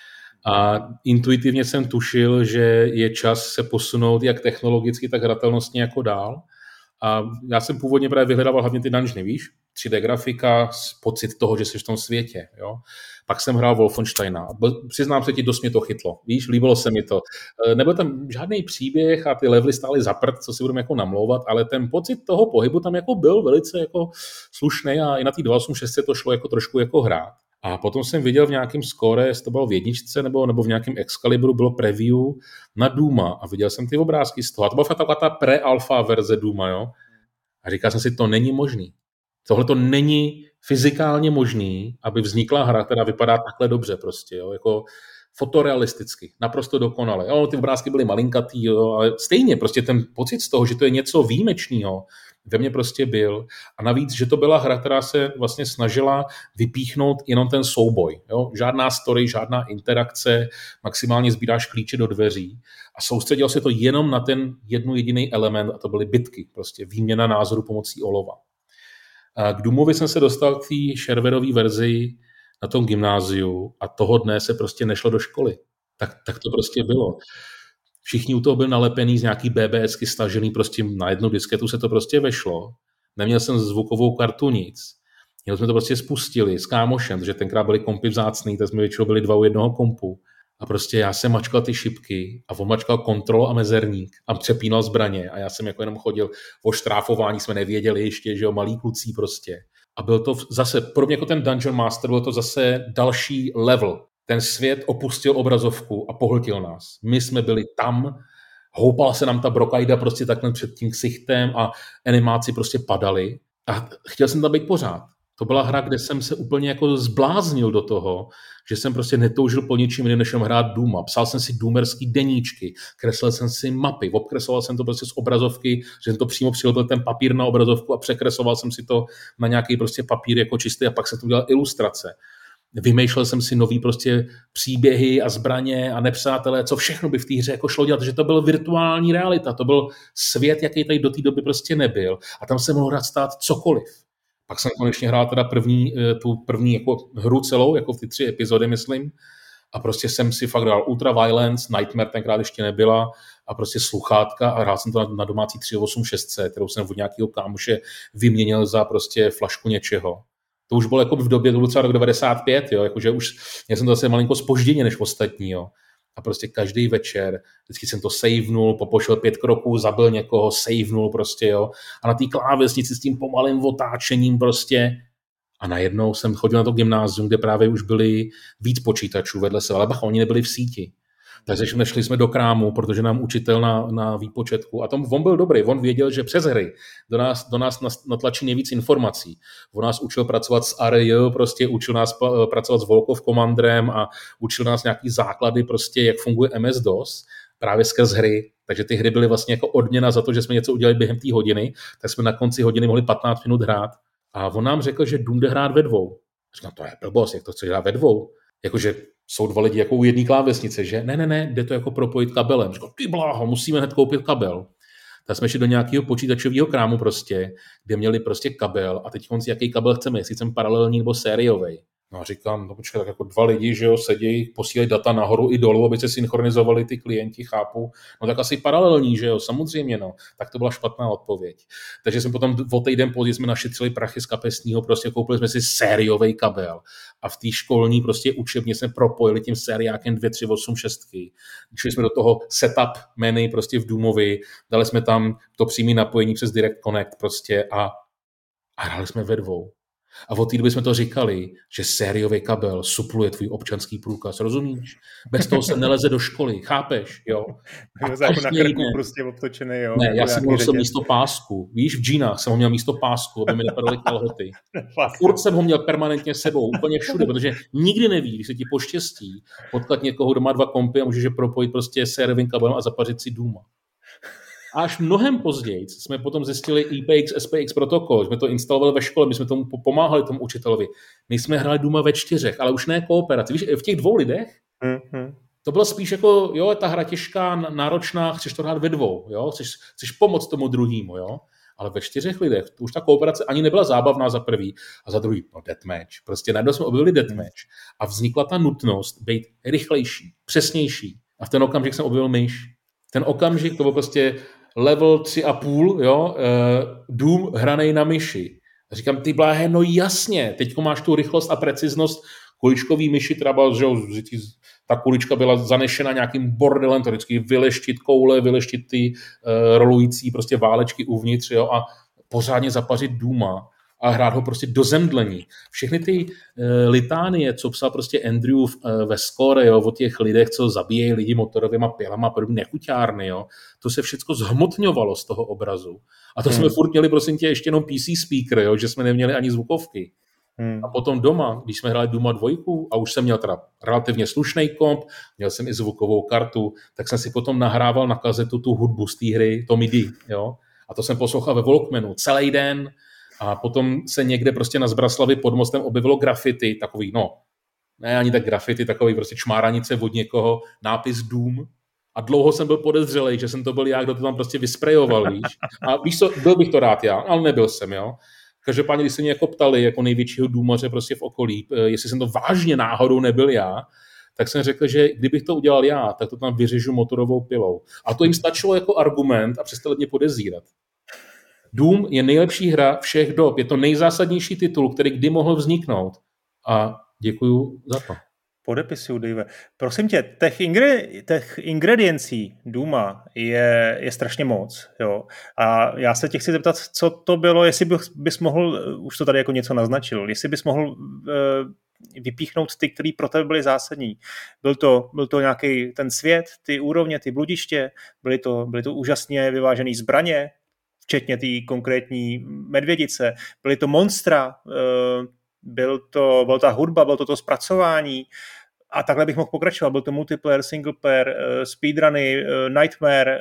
A intuitivně jsem tušil, že je čas se posunout jak technologicky, tak hratelnostně jako dál. A já jsem původně právě vyhledával hlavně ty dungeony, víš? tři dé grafika, pocit toho, že jsi v tom světě. Jo? Pak jsem hrál Wolfensteina. Přiznám se ti, dost mě to chytlo. Víš, líbilo se mi to. Nebyl tam žádný příběh a ty levely stály za prd, co si budeme jako namlouvat, ale ten pocit toho pohybu tam jako byl velice jako slušný a i na té dvacet osm šest to šlo jako trošku jako hrát. A potom jsem viděl v nějakém score, jestli to bylo v jedničce nebo, nebo v nějakém Excaliburu, bylo preview na Dooma a viděl jsem ty obrázky z toho. A to byla taková ta pre-alpha verze Dooma, jo. A říkal jsem si, to není možný. Tohle to není fyzikálně možný, aby vznikla hra, která vypadá takhle dobře prostě, jo. Jako fotorealisticky, naprosto dokonale. Jo, ty obrázky byly malinkatý, jo, ale stejně prostě ten pocit z toho, že to je něco výjimečného, ve mně prostě byl. A navíc, že to byla hra, která se vlastně snažila vypíchnout jenom ten souboj. Jo? Žádná story, žádná interakce, maximálně sbíráš klíče do dveří a soustředil se to jenom na ten jednu jediný element a to byly bitky, prostě výměna názoru pomocí olova. A k Doomovi jsem se dostal k té shareware verzi na tom gymnáziu a toho dne se prostě nešlo do školy. Tak, tak to prostě bylo. Všichni u toho byli nalepený z nějaký BBSky stažený, prostě na jednu disketu se to prostě vešlo. Neměl jsem zvukovou kartu nic. Jenom jsme to prostě spustili s kámošem, protože tenkrát byli kompy vzácný, tak jsme většinou byli dva u jednoho kompu. A prostě já jsem mačkal ty šipky a on mačkal kontrol a mezerník a přepínal zbraně a já jsem jako jenom chodil o štráfování, jsme nevěděli ještě, že jo, malí kluci prostě. A byl to zase, pro mě jako ten Dungeon Master, byl to zase další level. Ten svět opustil obrazovku a pohltil nás. My jsme byli tam, houpala se nám ta brokajda prostě takhle před tím ksichtem a animáci prostě padali. A chtěl jsem tam být pořád. To byla hra, kde jsem se úplně jako zbláznil do toho, že jsem prostě netoužil po ničím jiným, než hrát Dooma. Psal jsem si doomerský deníčky, kreslil jsem si mapy, obkresloval jsem to prostě z obrazovky, že jsem to přímo přilepil ten papír na obrazovku a překresloval jsem si to na nějaký prostě papír jako čistý a pak jsem to udělal ilustrace. Vymýšlel jsem si nový prostě příběhy a zbraně a nepřátelé, co všechno by v té hře jako šlo dělat, že to byl virtuální realita, to byl svět, jaký tady do té doby prostě nebyl a tam se mohlo hrát stát cokoliv. Pak jsem konečně hrál teda první, tu první jako hru celou, jako v ty tři epizody, myslím, a prostě jsem si fakt dal Ultra Violence, Nightmare tenkrát ještě nebyla a prostě sluchátka a hrál jsem to na, na domácí tři osm šest, kterou jsem od nějakého kámoše vyměnil za prostě flašku něčeho. To už bylo jako v době, to byl třeba rok devadesát pět, jo, jakože už já jsem to zase malinko zpožděně než ostatní, jo. A prostě každý večer, vždycky jsem to savenul, popošel pět kroků, zabil někoho, savenul prostě, jo. A na té klávesnici s tím pomalým otáčením prostě. A najednou jsem chodil na to gymnázium, kde právě už byli víc počítačů vedle sebe, ale bacha, oni nebyli v síti. Takže jsme šli jsme do krámu, protože nám učitel na, na výpočetku, a tom on byl dobrý, on věděl, že přes hry do nás, do nás natlačí nejvíc informací. On nás učil pracovat s A R J, prostě učil nás pracovat s Volkov Commanderem a učil nás nějaký základy, prostě jak funguje M S DOS, právě skrz hry. Takže ty hry byly vlastně jako odměna za to, že jsme něco udělali během té hodiny, tak jsme na konci hodiny mohli patnáct minut hrát. A on nám řekl, že Doom jde hrát ve dvou. Říkám, to je blbost, jak to chce hrát ve dvou? Jakože jsou dva lidi jako u jedné klávesnice, že? Ne, ne, ne, jde to jako propojit kabelem. Říkám, ty bláho, musíme hned koupit kabel. Tak jsme šli do nějakého počítačového krámu prostě, kde měli prostě kabel a teď konci, jaký kabel chceme, jestli chceme paralelní nebo sériový. No a říkám, no počkej, tak jako dva lidi, že jo, sedějí, posílají data nahoru i dolů, aby se synchronizovali ty klienti, chápu. No tak asi paralelní, že jo, samozřejmě, no. Tak to byla špatná odpověď. Takže jsme potom o týden později jsme našetřili prachy z kapesního, prostě koupili jsme si sériový kabel a v té školní prostě učebně jsme propojili tím sériákem dva tři osm šest. Šli jsme do toho setup menu prostě v Doomovi, dali jsme tam to přímé napojení přes Direct Connect prostě a, a hráli jsme ve dvou. A od té doby jsme to říkali, že sériový kabel supluje tvůj občanský průkaz, rozumíš? Bez toho se neleze do školy, chápeš, jo? A jako na krku ne. prostě obtočený, jo? Ne, já jsem měl jsem místo pásku, víš, v džínách jsem ho měl místo pásku, aby mi nepadaly kalhoty. A furt jsem ho měl permanentně sebou, úplně všude, protože nikdy neví, když se ti poštěstí potkat někoho, kdo má dva kompy a můžeš je propojit prostě sériovým kabelem a zapařit si Dooma. A až mnohem později jsme potom zjistili I P X, S P X protokol, jsme to instalovali ve škole, my jsme tomu pomáhali tomu učitelovi. My jsme hráli Dooma ve čtyřech, ale už ne kooperaci. Víš, v těch dvou lidech mm-hmm. to bylo spíš jako, jo, ta hra těžká, náročná, chceš to hrát ve dvou, jo, chceš, chceš pomoct tomu druhému, jo. Ale ve čtyřech lidech to už ta kooperace ani nebyla zábavná za prvý a za druhý, no deathmatch. Prostě najednou jsme objevili deathmatch a vznikla ta nutnost být rychlejší, přesnější. A v ten okamžik jsem objevil myš. Ten okamžik, to byl prostě level tři a půl, jo, uh, Doom hranej na myši. A říkám, ty bláhe, no jasně, teďko máš tu rychlost a preciznost kuličkový myši, třeba, že ta kulička byla zanešena nějakým bordelem, to vždycky vyleštit koule, vyleštit ty uh, rolující prostě válečky uvnitř, jo, a pořádně zapařit Dooma a hrát ho prostě do zemdlení. Všechny ty uh, litánie, co psal prostě Andrew uh, ve Score, jo, o těch lidech, co zabíjejí lidi motorovýma pilama a podobně nechuťárny, jo, to se všecko zhmotňovalo z toho obrazu. A to hmm. jsme furt měli, prosím tě, ještě jenom P C speaker, jo, že jsme neměli ani zvukovky. Hmm. A potom doma, když jsme hráli Dooma dvojku a už jsem měl teda relativně slušný komp, měl jsem i zvukovou kartu, tak jsem si potom nahrával na kazetu tu hudbu z té hry, to M I D I, jo. A to jsem poslouchal ve Walkmanu celý den. A potom se někde prostě na Zbraslavi pod mostem objevilo graffiti, takový, no, ne ani tak graffiti, takový prostě čmáranice od někoho, nápis Doom. A dlouho jsem byl podezřelej, že jsem to byl já, kdo to tam prostě vysprejoval, víš. A víš co, byl bych to rád já, ale nebyl jsem, jo. Každopádně, když se mě jako ptali, jako největšího důmaře prostě v okolí, jestli jsem to vážně náhodou nebyl já, tak jsem řekl, že kdybych to udělal já, tak to tam vyřežu motorovou pilou. A to jim stačilo jako argument a přestali mě podezírat. Doom je nejlepší hra všech dob. Je to nejzásadnější titul, který kdy mohl vzniknout. A děkuju za to. Podepisuju, Dave. Prosím tě, těch, ingre, těch ingrediencí Dooma je, je strašně moc. Jo? A já se tě chci zeptat, co to bylo, jestli bys, bys mohl, už to tady jako něco naznačil, jestli bys mohl uh, vypíchnout ty, který pro tebe byly zásadní. Byl to, byl to nějaký ten svět, ty úrovně, ty bludiště, byly to, byly to úžasně vyvážené zbraně, včetně té konkrétní medvědice, byly to monstra, byl to, byla ta hudba, bylo to to zpracování a takhle bych mohl pokračovat. Byl to multiplayer, single player, speedruny, nightmare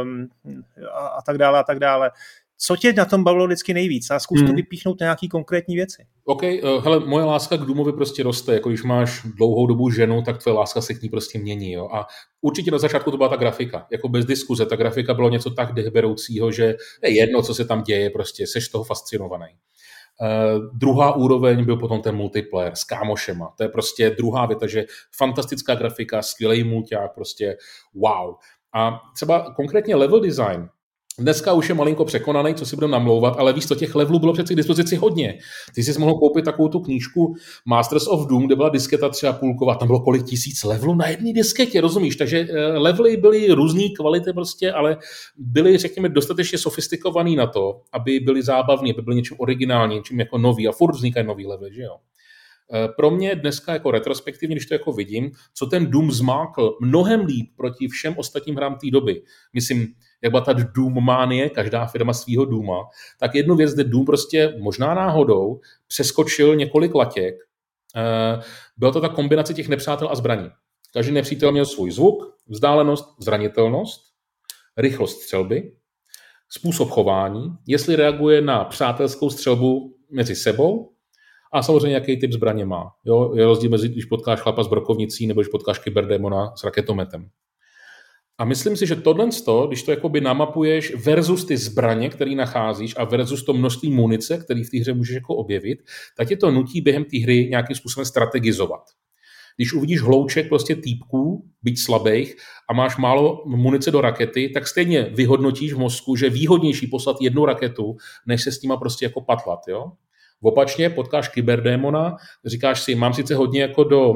a, a tak dále a tak dále. Co tě na tom bavilo vždycky nejvíc? A zkus to hmm. vypíchnout na nějaký konkrétní věci. OK, uh, hele, moje láska k Doomovi prostě roste. Jako když máš dlouhou dobu ženu, tak tvoje láska se k ní prostě mění. Jo? A určitě na začátku to byla ta grafika. Jako bez diskuze. Ta grafika bylo něco tak dechberoucího, že je jedno, co se tam děje, prostě seš toho fascinovaný. Uh, druhá úroveň byl potom ten multiplayer s kámošema. To je prostě druhá věta, že fantastická grafika, skvělý mulťák, prostě wow. A třeba konkrétně level design, dneska už je malinko překonaný, co si budeme namlouvat, ale víš co, těch levelů bylo přeci k dispozici hodně. Ty jsi mohl koupit takovou tu knížku Masters of Doom, kde byla disketa třeba půlková, tam bylo kolik tisíc levelů na jedné disketě, rozumíš? Takže levely byly různý kvality prostě, ale byly, řekněme, dostatečně sofistikovaný na to, aby byly zábavný, aby byly něčím originální, něčím jako nový a furt vznikají nový levely, že jo? Pro mě dneska jako retrospektivně, když to jako vidím, co ten Doom zmákl mnohem líp proti všem ostatním hrám té doby. Myslím, jak byla ta Doom mánie, každá firma svýho Dooma, tak jednu věc, kde Doom prostě možná náhodou přeskočil několik latěk. Byla to ta kombinace těch nepřátel a zbraní. Každý nepřítel měl svůj zvuk, vzdálenost, zranitelnost, rychlost střelby, způsob chování, jestli reaguje na přátelskou střelbu mezi sebou a samozřejmě jaký typ zbraně má. Jo, je rozdíl mezi, když potkáš chlapa s brokovnicí nebo když potkáš kyberdémona s raketometem. A myslím si, že tohle, když to jakoby namapuješ versus ty zbraně, které nacházíš a versus to množství munice, který v té hře můžeš jako objevit, tak je to nutí během té hry nějakým způsobem strategizovat. Když uvidíš hlouček prostě týpků, byť slabých, a máš málo munice do rakety, tak stejně vyhodnotíš v mozku, že je výhodnější poslat jednu raketu, než se s nima prostě jako patlat, jo? Opačně potkáš kyberdémona, říkáš si, mám sice hodně jako do,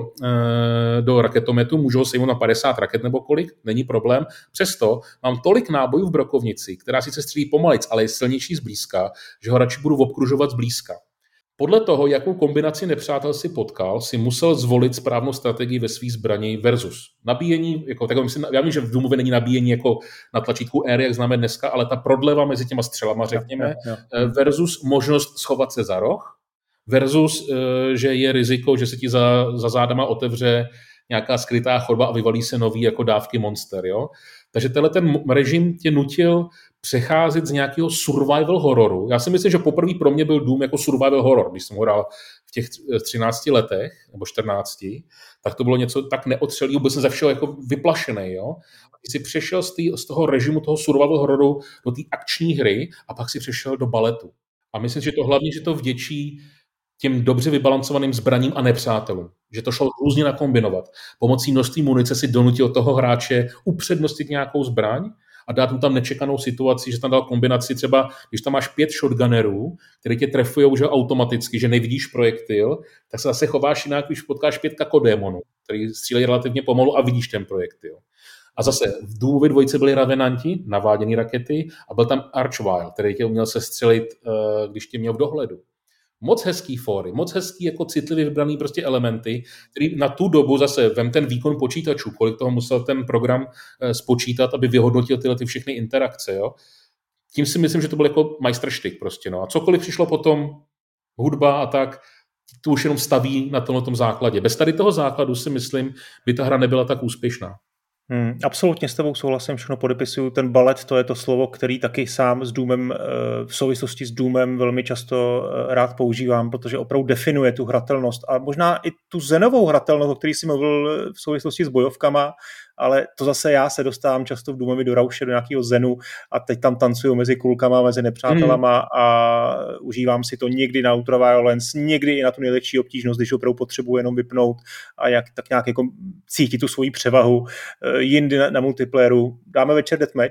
e, do raketometu, můžu ho sejmout na padesát raket nebo kolik, není problém, přesto mám tolik nábojů v brokovnici, která sice střílí pomalic, ale je silnější zblízka, že ho radši budu obkružovat zblízka. Podle toho, jakou kombinaci nepřátel si potkal, si musel zvolit správnou strategii ve svých zbraní versus nabíjení, jako takové, myslím, já vím, že v Doomově není nabíjení jako na tlačítku R, jak známe dneska, ale ta prodleva mezi těma střelama, řekněme, ja, ja, ja. versus možnost schovat se za roh, versus, že je riziko, že se ti za, za zádama otevře nějaká skrytá chodba a vyvalí se nový jako dávky monster, jo. Takže tenhle ten režim tě nutil přecházet z nějakého survival hororu. Já si myslím, že poprvé pro mě byl Doom jako survival horror, když jsem ho hrál v těch třinácti letech, nebo čtrnácti, tak to bylo něco tak neotřelého, byl jsem ze všeho jako vyplašený, jo. A ty si přešel z, tý, z toho režimu toho survival hororu do té akční hry a pak si přešel do baletu. A myslím, že to hlavně, že to vděčí těm dobře vybalancovaným zbraním a nepřátelům. Že to šlo různě nakombinovat. Pomocí množství munice si donutil toho hráče upřednostnit nějakou zbraň a dát mu tam nečekanou situaci, že tam dal kombinaci třeba, když tam máš pět shotgunnerů, který tě trefují už automaticky, že nevidíš projektil, tak se zase chováš jinak, když potkáš pět kakodémonů, který střílejí relativně pomalu a vidíš ten projektil. A zase v Doomově dvojce byli Ravenanti, naváděný rakety, a byl tam Archvile, který tě uměl sestřelit, když tě měl v dohledu. Moc hezký fóry, moc hezký jako citlivě vybraný prostě elementy, který na tu dobu zase vem ten výkon počítačů, kolik toho musel ten program spočítat, aby vyhodnotil tyhle ty všechny interakce, jo. Tím si myslím, že to byl jako majstrštyk prostě, no. A cokoliv přišlo potom, hudba a tak, tu už jenom staví na tomhle základě. Bez tady toho základu si myslím, by ta hra nebyla tak úspěšná. Hmm, absolutně s tebou souhlasím, všechno podepisuju. Ten balet, to je to slovo, který taky sám s Doomem, v souvislosti s Doomem velmi často rád používám, protože opravdu definuje tu hratelnost a možná i tu zenovou hratelnost, o který jsi mluvil v souvislosti s bojovkama, ale to zase já se dostávám často v Doomovi do rauše, do nějakého zenu a teď tam tancuju mezi kulkama, mezi nepřátelama mm. a užívám si to někdy na Ultra Violence, někdy i na tu nejlepší obtížnost, když opravdu potřebuji jenom vypnout a jak, tak nějak jako cítit tu svoji převahu. Jindy na, na multiplayeru. Dáme večer deathmatch.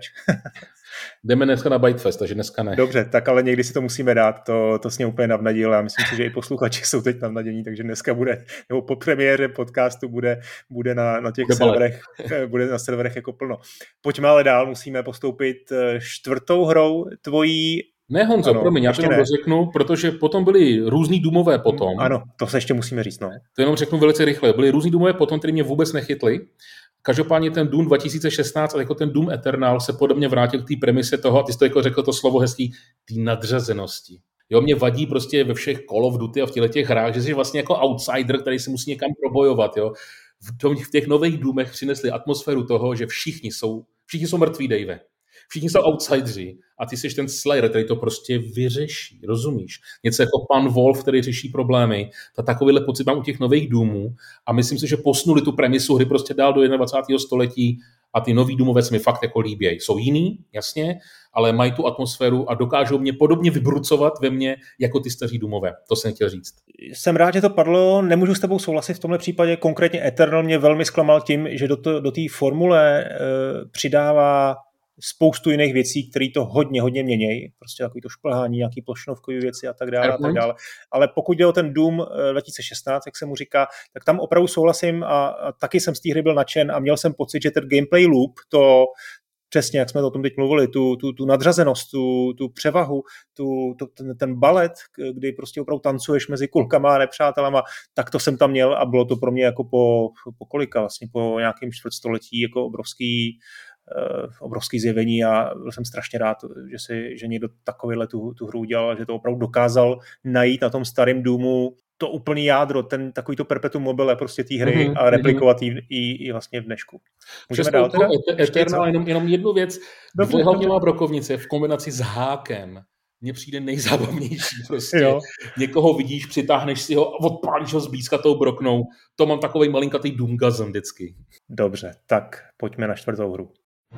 Jdeme dneska na Bytefest, takže dneska ne. Dobře, tak ale někdy si to musíme dát, to, to sně úplně navnadil. Já myslím si, že i posluchači jsou teď navnadění, takže dneska bude, nebo po premiéře podcastu bude, bude na, na těch serverech, bude na serverech jako plno. Pojďme ale dál, musíme postoupit čtvrtou hrou tvojí. Ne, Honzo, ano, promiň, já to jenom řeknu, protože potom byly různý Doomové potom. Ano, to se ještě musíme říct, no. To jenom řeknu velice rychle. Byly různý Doomové potom, které mě vůbec nechytly. Každopádně ten Doom dva tisíce šestnáct a jako ten Doom Eternal se podobně vrátil k té premise toho, a ty jsi to jako řekl to slovo hezký, té nadřazenosti. Jo, mě vadí prostě ve všech Call of Duty a v těchto těch hrách, že jsi vlastně jako outsider, který se musí někam probojovat, jo. V, tom, v těch nových Doomech přinesli atmosféru toho, že všichni jsou, všichni jsou mrtví, Dave. Všichni jsou outsideri a ty jsi ten Slayer, který to prostě vyřeší, rozumíš? Něco jako pan Wolf, který řeší problémy. Ta takovýhle pocit mám u těch nových Doomů a myslím si, že posunuli tu premisu hry prostě dál do dvacátého prvního století a ty nový Doomové se mi fakt jako líbějí. Jsou jiný, jasně, ale mají tu atmosféru a dokážou mě podobně vybrucovat ve mně jako ty staří Doomové. To jsem chtěl říct. Jsem rád, že to padlo, nemůžu s tebou souhlasit v tomhle případě. Konkrétně Eternal mě velmi zklamal tím, že do, to, do té formule e, přidává spoustu jiných věcí, které to hodně, hodně měnějí. Prostě takový to šplhání, nějaký plošnovkový věci a tak dále a tak dále. Ale pokud jde o ten Doom dva tisíce šestnáct, jak se mu říká, tak tam opravdu souhlasím a, a taky jsem z té hry byl nadšen a měl jsem pocit, že ten gameplay loop, to přesně, jak jsme o tom teď mluvili, tu, tu, tu nadřazenost, tu, tu převahu, tu, tu, ten, ten balet, kdy prostě opravdu tancuješ mezi kulkama a nepřátelama, tak to jsem tam měl a bylo to pro mě jako po, po kolika, vlastně po nějakém čtvrtstoletí jako obrovský Uh, obrovský zjevení a byl jsem strašně rád, že, si, že někdo takovýhle tu, tu hru udělal, že to opravdu dokázal najít na tom starém Doomu to úplný jádro, ten takový to perpetuum mobile prostě té hry mm-hmm. a replikovat ji i, i vlastně v dnešku. Můžeme dál teda? Eternal, jenom, jenom jednu věc. Dvě hlavněvá brokovnice v kombinaci s hákem mně přijde nejzábavnější prostě. Jo. Někoho vidíš, přitáhneš si ho a odpálíš ho zblízka tou broknou. To mám takovej malinkatý doomgasm vždycky. Dobře, tak pojďme na čtvrtou hru.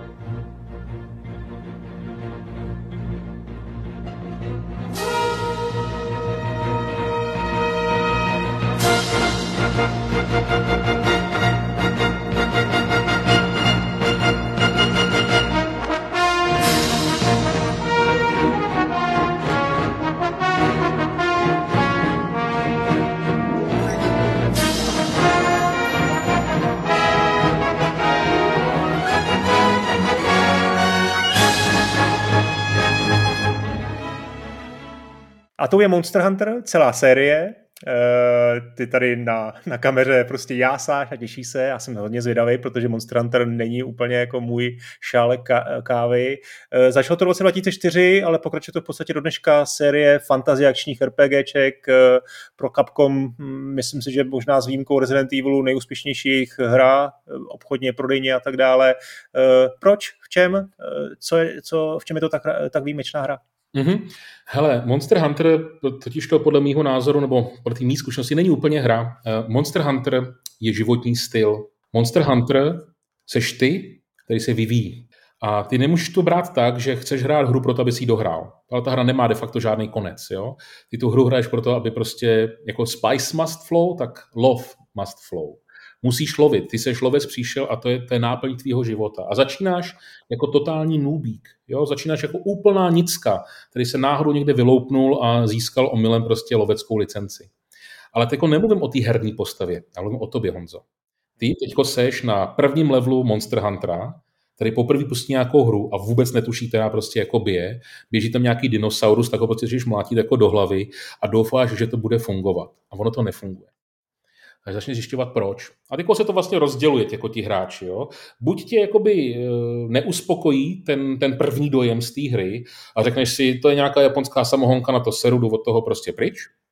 A to je Monster Hunter, celá série. Ty tady na, na kameře prostě jásáš a těší se. Já jsem hodně zvědavý, protože Monster Hunter není úplně jako můj šálek kávy. Začalo to v roce dva tisíce čtyři, ale pokračuje to v podstatě do dneška série fantasy akčních RPGček pro Capcom. Myslím si, že možná s výjimkou Resident Evilu nejúspěšnějších hra, obchodně, prodejně a tak dále. Proč? V čem? Co je, co, v čem je to tak, tak výjimečná hra? Mm-hmm. Hele, Monster Hunter, totiž to podle mýho názoru, nebo podle té mý zkušenosti, není úplně hra. Monster Hunter je životní styl. Monster Hunter seš ty, který se vyvíjí. A ty nemůžeš to brát tak, že chceš hrát hru proto, aby si ji dohrál. Ale ta hra nemá de facto žádný konec. Jo? Ty tu hru hraješ proto, aby prostě jako spice must flow, tak love must flow. Musíš lovit, ty seš lovec příšel a to je, to je náplň tvýho života. A začínáš jako totální noobík, jo? Začínáš jako úplná nicka, který se náhodou někde vyloupnul a získal omylem prostě loveckou licenci. Ale teď nemluvím o té herní postavě, ale mluvím o tobě, Honzo. Ty teďko seš na prvním levelu Monster Huntera, který poprvé pustí nějakou hru a vůbec netuší, která prostě jako bije, běží tam nějaký dinosaurus, tak ho prostě začneš mlátit jako do hlavy a doufáš, že to bude fungovat. A ono to nefunguje. Takže začneš zjišťovat proč. A teďko se to vlastně rozděluje jako ti hráči. Jo? Buď tě jakoby neuspokojí ten, ten první dojem z té hry a řekneš si, to je nějaká japonská samohonka, na to seru, jdu od toho prostě pryč.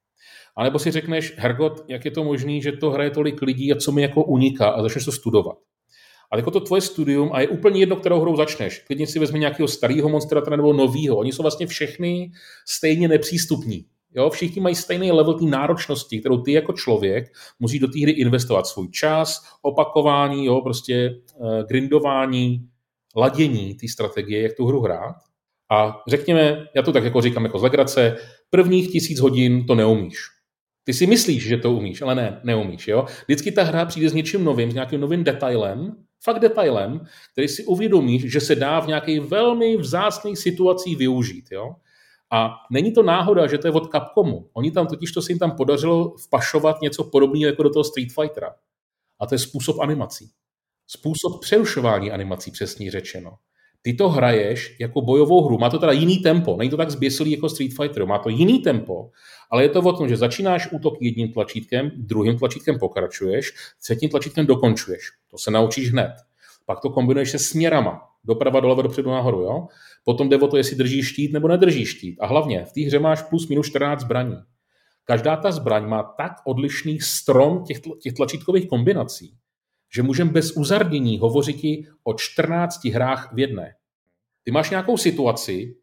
A nebo si řekneš, hergot, jak je to možný, že to hraje tolik lidí a co mi jako uniká a začneš to studovat. A jako to tvoje studium a je úplně jedno, kterou hrou začneš. Klidně si vezmi nějakého starého Monstera nebo novýho. Oni jsou vlastně všechny stejně nepřístupní. Jo, všichni mají stejný level té náročnosti, kterou ty jako člověk musíš do té hry investovat svůj čas, opakování, jo, prostě uh, grindování, ladění té strategie, jak tu hru hrát. A řekněme, já to tak jako říkám jako z legrace, prvních tisíc hodin to neumíš. Ty si myslíš, že to umíš, ale ne, neumíš. Jo? Vždycky ta hra přijde s něčím novým, s nějakým novým detailem, fakt detailem, který si uvědomíš, že se dá v nějaké velmi vzácných situacích využít. Jo? A není to náhoda, že to je od Capcomu. Oni tam totiž to se jim tam podařilo vpašovat něco podobného jako do toho Street Fightera. A to je způsob animací. Způsob přerušování animací, přesně řečeno. Ty to hraješ jako bojovou hru. Má to teda jiný tempo. Není to tak zběsilý jako Street Fighter. Má to jiný tempo, ale je to o tom, že začínáš útok jedním tlačítkem, druhým tlačítkem pokračuješ, třetím tlačítkem dokončuješ. To se naučíš hned. Pak to kombinuješ se směrama. Doprava, doleva, dopředu, nahoru. Jo? Potom jde o to, jestli držíš štít nebo nedržíš štít. A hlavně v té hře máš plus minus čtrnáct zbraní. Každá ta zbraň má tak odlišný strom těch, těch tlačítkových kombinací, že můžeme bez uzardění hovořit i o čtrnácti hrách v jedné. Ty máš nějakou situaci,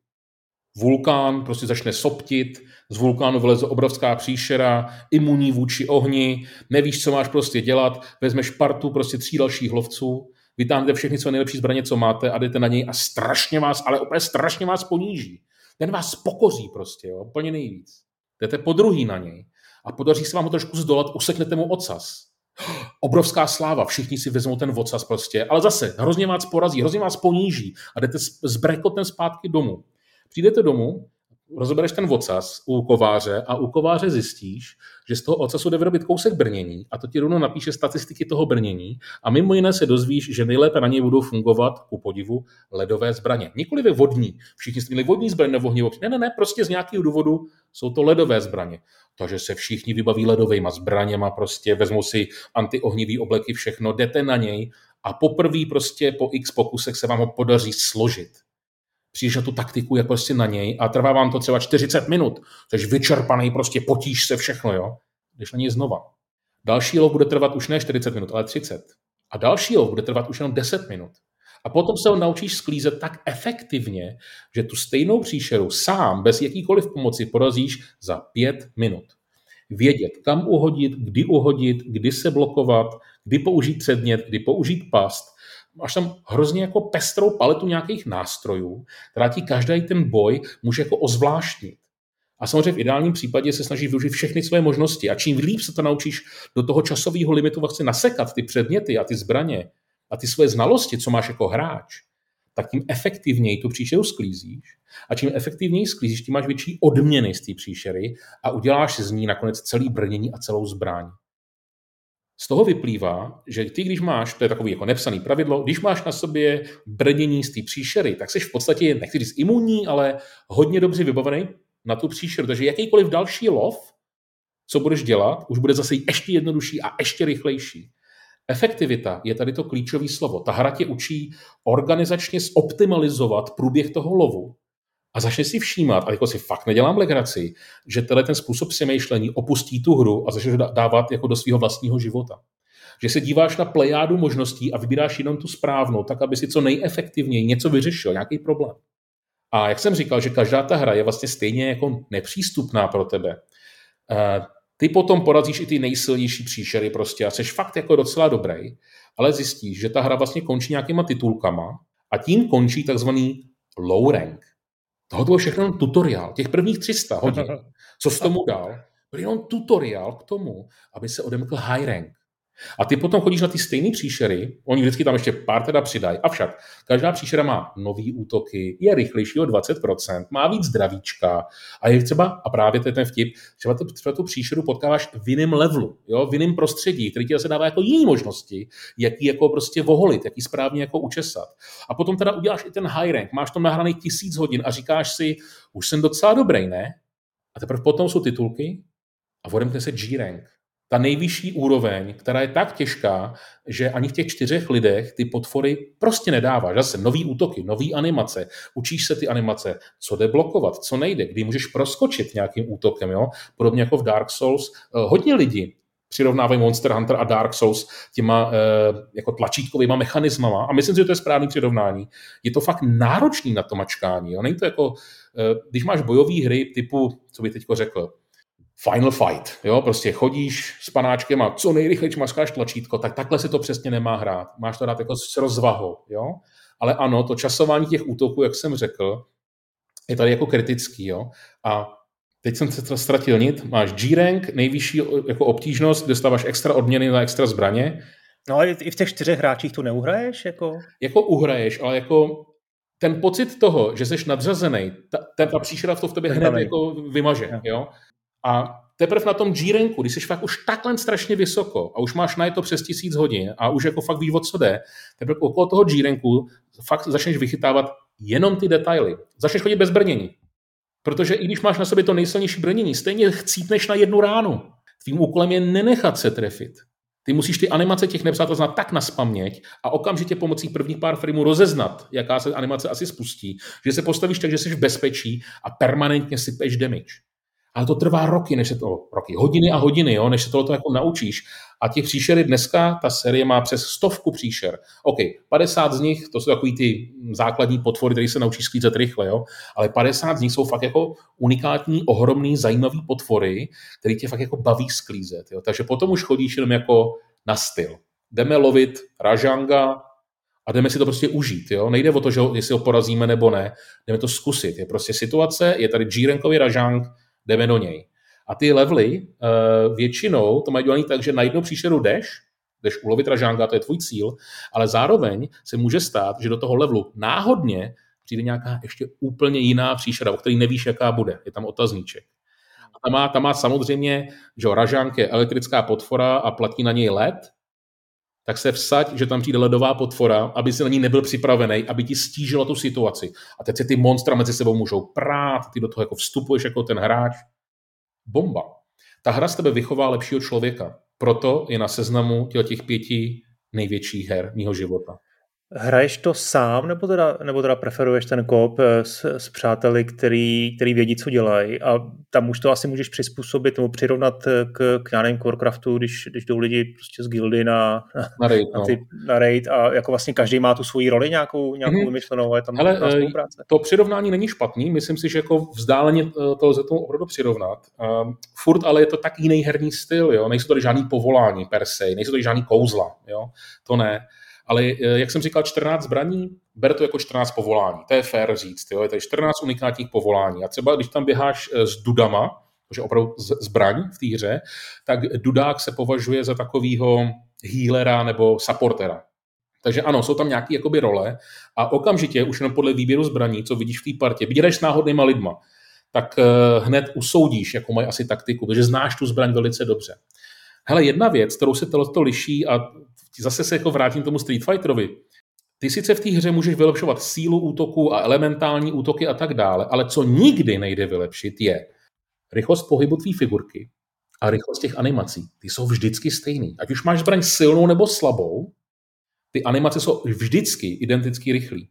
vulkán prostě začne soptit, z vulkánu vyleze obrovská příšera, imunní vůči ohni, nevíš, co máš prostě dělat, vezmeš partu prostě tří dalších lovců, vytáhnete všechny své nejlepší zbraně, co máte a jdete na něj a strašně vás, ale úplně strašně vás poníží. Ten vás pokoří prostě, jo, úplně nejvíc. Jdete po druhý na něj a podaří se vám ho trošku zdolat, useknete mu ocas. Obrovská sláva, všichni si vezmou ten ocas prostě, ale zase hrozně vás porazí, hrozně vás poníží a jdete s brekotem zpátky domů. Přijdete domů, rozebereš ten ocas u kováře a u kováře zjistíš, že z toho ocasu jde vyrobit kousek brnění a to ti rovnou napíše statistiky toho brnění a mimo jiné se dozvíš, že nejlépe na něj budou fungovat, ku podivu, ledové zbraně. Nikoliv vodní. Všichni jste měli vodní zbraně nebo ohnivé. Ne, ne, ne, prostě z nějakého důvodu jsou to ledové zbraně. Takže se všichni vybaví ledovejma zbraněma, prostě vezmou si antiohnivý obleky, všechno, jdete na něj a poprvé prostě po x pokusech se vám ho podaří složit. Přijdeš na tu taktiku, jak prostě na něj a trvá vám to třeba čtyřicet minut. Jsi vyčerpaný, prostě potíš se všechno, jo. Jdeš na něj znova. Další lov bude trvat už ne čtyřicet minut, ale třicet. A další lov bude trvat už jenom deset minut. A potom se ho naučíš sklízet tak efektivně, že tu stejnou příšeru sám, bez jakýkoliv pomoci, porazíš za pět minut. Vědět, kam uhodit, kdy uhodit, kdy se blokovat, kdy použít předmět, kdy použít past. Máš tam hrozně jako pestrou paletu nějakých nástrojů, která ti každý ten boj může jako ozvláštnit. A samozřejmě v ideálním případě se snažíš využít všechny své možnosti a čím líp se to naučíš do toho časového limitu vlastně nasekat ty předměty a ty zbraně a ty své znalosti, co máš jako hráč, tak tím efektivněji tu příšeru sklízíš a čím efektivněji sklízíš, tím máš větší odměny z té příšery a uděláš z ní nakonec celý brnění a celou zbraň. Z toho vyplývá, že ty, když máš, to je takový jako nepsaný pravidlo, když máš na sobě brnění z té příšery, tak jsi v podstatě, nechci říct imunní, ale hodně dobře vybavený na tu příšeru. Takže jakýkoliv další lov, co budeš dělat, už bude zase ještě jednodušší a ještě rychlejší. Efektivita je tady to klíčové slovo. Ta hra tě učí organizačně zoptimalizovat průběh toho lovu a začneš si všímat, a jako si fakt nedělám legraci, že tenhle ten způsob přemýšlení opustí tu hru a začneš dávat jako do svého vlastního života. Že se díváš na plejádu možností a vybíráš jenom tu správnou, tak aby si co nejefektivněji něco vyřešil, nějaký problém. A jak jsem říkal, že každá ta hra je vlastně stejně jako nepřístupná pro tebe. Ty potom porazíš i ty nejsilnější příšery prostě a jsi fakt jako docela dobrý, ale zjistíš, že ta hra vlastně končí nějakýma titulkama a tím končí takzvaný low rank. Toho bylo všechno tutoriál, těch prvních tři sta hodin. Co jsi tomu dal? Byl jenom tutoriál k tomu, aby se odemkl high rank. A ty potom chodíš na ty stejné příšery, oni vždycky tam ještě pár teda přidají, avšak každá příšera má nový útoky, je rychlejší o dvacet procent, má víc zdravíčka a je třeba, a právě to je ten vtip, třeba, to, třeba tu příšeru potkáváš v jiném levelu, jo, v jiném prostředí, který ti zase dává jako jiné možnosti, jak ji jako prostě voholit, jak ji správně jako učesat. A potom teda uděláš i ten high rank, máš tam nahraný tisíc hodin a říkáš si, už jsem docela dobrý, ne? A teprve potom jsou titulky a odemkne se G rank. Ta nejvyšší úroveň, která je tak těžká, že ani v těch čtyřech lidech ty potvory prostě nedáváš. Zase nový útoky, nový animace, učíš se ty animace, co jde blokovat, co nejde, kdy můžeš proskočit nějakým útokem, jo? Podobně jako v Dark Souls. Hodně lidí přirovnávají Monster Hunter a Dark Souls těma eh, jako tlačítkovýma mechanismama a myslím si, že to je správný přirovnání. Je to fakt náročný na to mačkání. Jo? Není to jako, eh, když máš bojové hry typu, co bych teďko řekl, Final Fight, jo, prostě chodíš s panáčkem a co nejrychleji mačkáš tlačítko, tak takhle se to přesně nemá hrát. Máš to dát jako s rozvahou, jo. Ale ano, to časování těch útoků, jak jsem řekl, je tady jako kritický, jo. A teď jsem se ztratil nit, máš G-rank, nejvyšší jako obtížnost, dostáváš extra odměny na extra zbraně. No ale i v těch čtyřech hráčích to neuhraješ? Jako, jako uhraješ, ale jako ten pocit toho, že jsi nadřazený, ta, ta, ta příšera to v tobě hned jako vymaže, jo. A teprve na tom G-ranku, když jsi fakt už takhle strašně vysoko a už máš na to přes tisíc hodin a už jako fakt víš, o co jde, teprve okolo toho G-ranku fakt začneš vychytávat jenom ty detaily. Začneš chodit bez brnění. Protože i když máš na sobě to nejsilnější brnění, stejně chcípneš na jednu ránu. Tvým úkolem je nenechat se trefit. Ty musíš ty animace těch nepřátel znát tak naspaměť a okamžitě pomocí prvních pár frameů rozeznat, jaká se animace asi spustí, že se postavíš tak, že jsi v bezpečí a permanentně sypeš damage. Ale to trvá roky, než se to, roky, hodiny a hodiny, jo, než se tohle jako naučíš. A těch příšery dneska, ta série má přes stovku příšer. OK, padesát z nich, to jsou takový ty základní potvory, které se naučíš sklízet rychle, jo, ale padesát z nich jsou fakt jako unikátní, ohromný, zajímavý potvory, které tě fakt jako baví sklízet, jo. Takže potom už chodíš jenom jako na styl. Jdeme lovit Rajanga a jdeme si to prostě užít, jo. Nejde o to, že ho, jestli ho porazíme nebo ne, jdeme to zkusit. Je prostě situace, je tady G-rankový Rajang, jdeme do něj. A ty levely uh, většinou to mají dělaný tak, že na jednu příšeru jdeš, jdeš ulovit Rajanga, to je tvůj cíl, ale zároveň se může stát, že do toho levelu náhodně přijde nějaká ještě úplně jiná příšera, o který nevíš, jaká bude. Je tam otazníček. A tam má, tam má samozřejmě, že ražánk je elektrická potvora a platí na něj led, tak se vsaď, že tam přijde ledová potvora, aby si na ní nebyl připravený, aby ti stížila tu situaci. A teď se ty monstra mezi sebou můžou prát, ty do toho jako vstupuješ jako ten hráč. Bomba. Ta hra z tebe vychová lepšího člověka. Proto je na seznamu těch pěti největších her mýho života. Hraješ to sám, nebo teda, nebo teda preferuješ ten koop s, s přáteli, který, který vědí, co dělají, a tam už to asi můžeš přizpůsobit nebo přirovnat k, k já nevím, k Warcraftu, když, když jdou lidi prostě z guildy na, na, raid, na, ty, na raid a jako vlastně každý má tu svoji roli nějakou, nějakou mm-hmm. vymyšlenou a je tam Hele, spolupráce. To přirovnání není špatný, myslím si, že jako vzdáleně to lze tomu opravdu přirovnat. Um, furt ale je to tak jiný herní styl, jo? Nejsou tady žádný povolání per se, nejsou tady žádný kouzla, jo? To ne. Ale jak jsem říkal, čtrnáct zbraní, ber to jako čtrnáct povolání. To je fér říct. Jo? Je tady čtrnáct unikátních povolání. A třeba když tam běháš s dudama, což je opravdu zbraň v té hře, tak dudák se považuje za takového healera nebo supportera. Takže ano, jsou tam nějaké jakoby role a okamžitě, už jenom podle výběru zbraní, co vidíš v té partě, vyděleš s náhodnýma lidma, tak hned usoudíš, jakou mají asi taktiku, protože znáš tu zbraň velice dobře. Hele, jedna věc, kterou se tohleto liší, a zase se jako vrátím tomu Street Fighterovi. Ty sice v té hře můžeš vylepšovat sílu útoku a elementální útoky a tak dále, ale co nikdy nejde vylepšit je rychlost pohybu tvý figurky a rychlost těch animací. Ty jsou vždycky stejný. Ať už máš zbraň silnou nebo slabou, ty animace jsou vždycky identicky rychlý.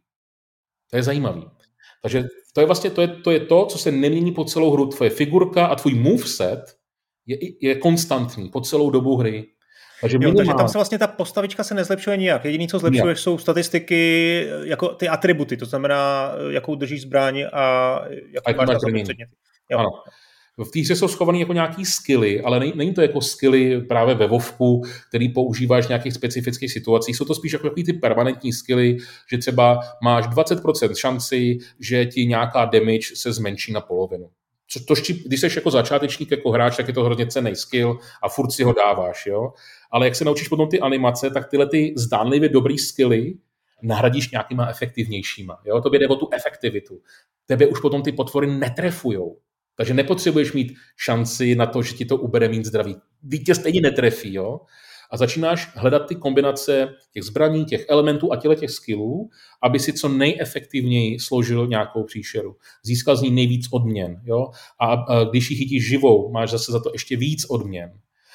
To je zajímavý. Takže to je vlastně to, je, to, je to, co se nemění po celou hru. Tvoje figurka a tvůj moveset je, je konstantní po celou dobu hry. Takže, jo, takže tam se vlastně ta postavička se nezlepšuje nijak. Jediný, co zlepšuješ, jsou statistiky, jako ty atributy, to znamená, jakou držíš zbraň a jaký máš na sobě předměty. Ano. V té hře jsou schované jako nějaký skilly, ale není to jako skilly právě ve Vovku, který používáš v nějakých specifických situacích. Jsou to spíš jako ty permanentní skilly, že třeba máš dvacet procent šanci, že ti nějaká damage se zmenší na polovinu. Což, když jsi jako začátečník, jako hráč, tak je to hrozně cenný skill a furt si ho dáváš. Jo? Ale jak se naučíš potom ty animace, tak tyhle ty zdánlivě dobrý skilly nahradíš nějakýma efektivnějšíma. Jo? Tobě jde o tu efektivitu. Tebe už potom ty potvory netrefujou. Takže nepotřebuješ mít šanci na to, že ti to ubere mít zdraví. Vždyť tě stejně netrefí. Jo? A začínáš hledat ty kombinace těch zbraní, těch elementů a těle těch skillů, aby si co nejefektivněji složil nějakou příšeru. Získal z ní nejvíc odměn. Jo? A, a když ji chytíš živou, máš zase za to ještě víc odměn.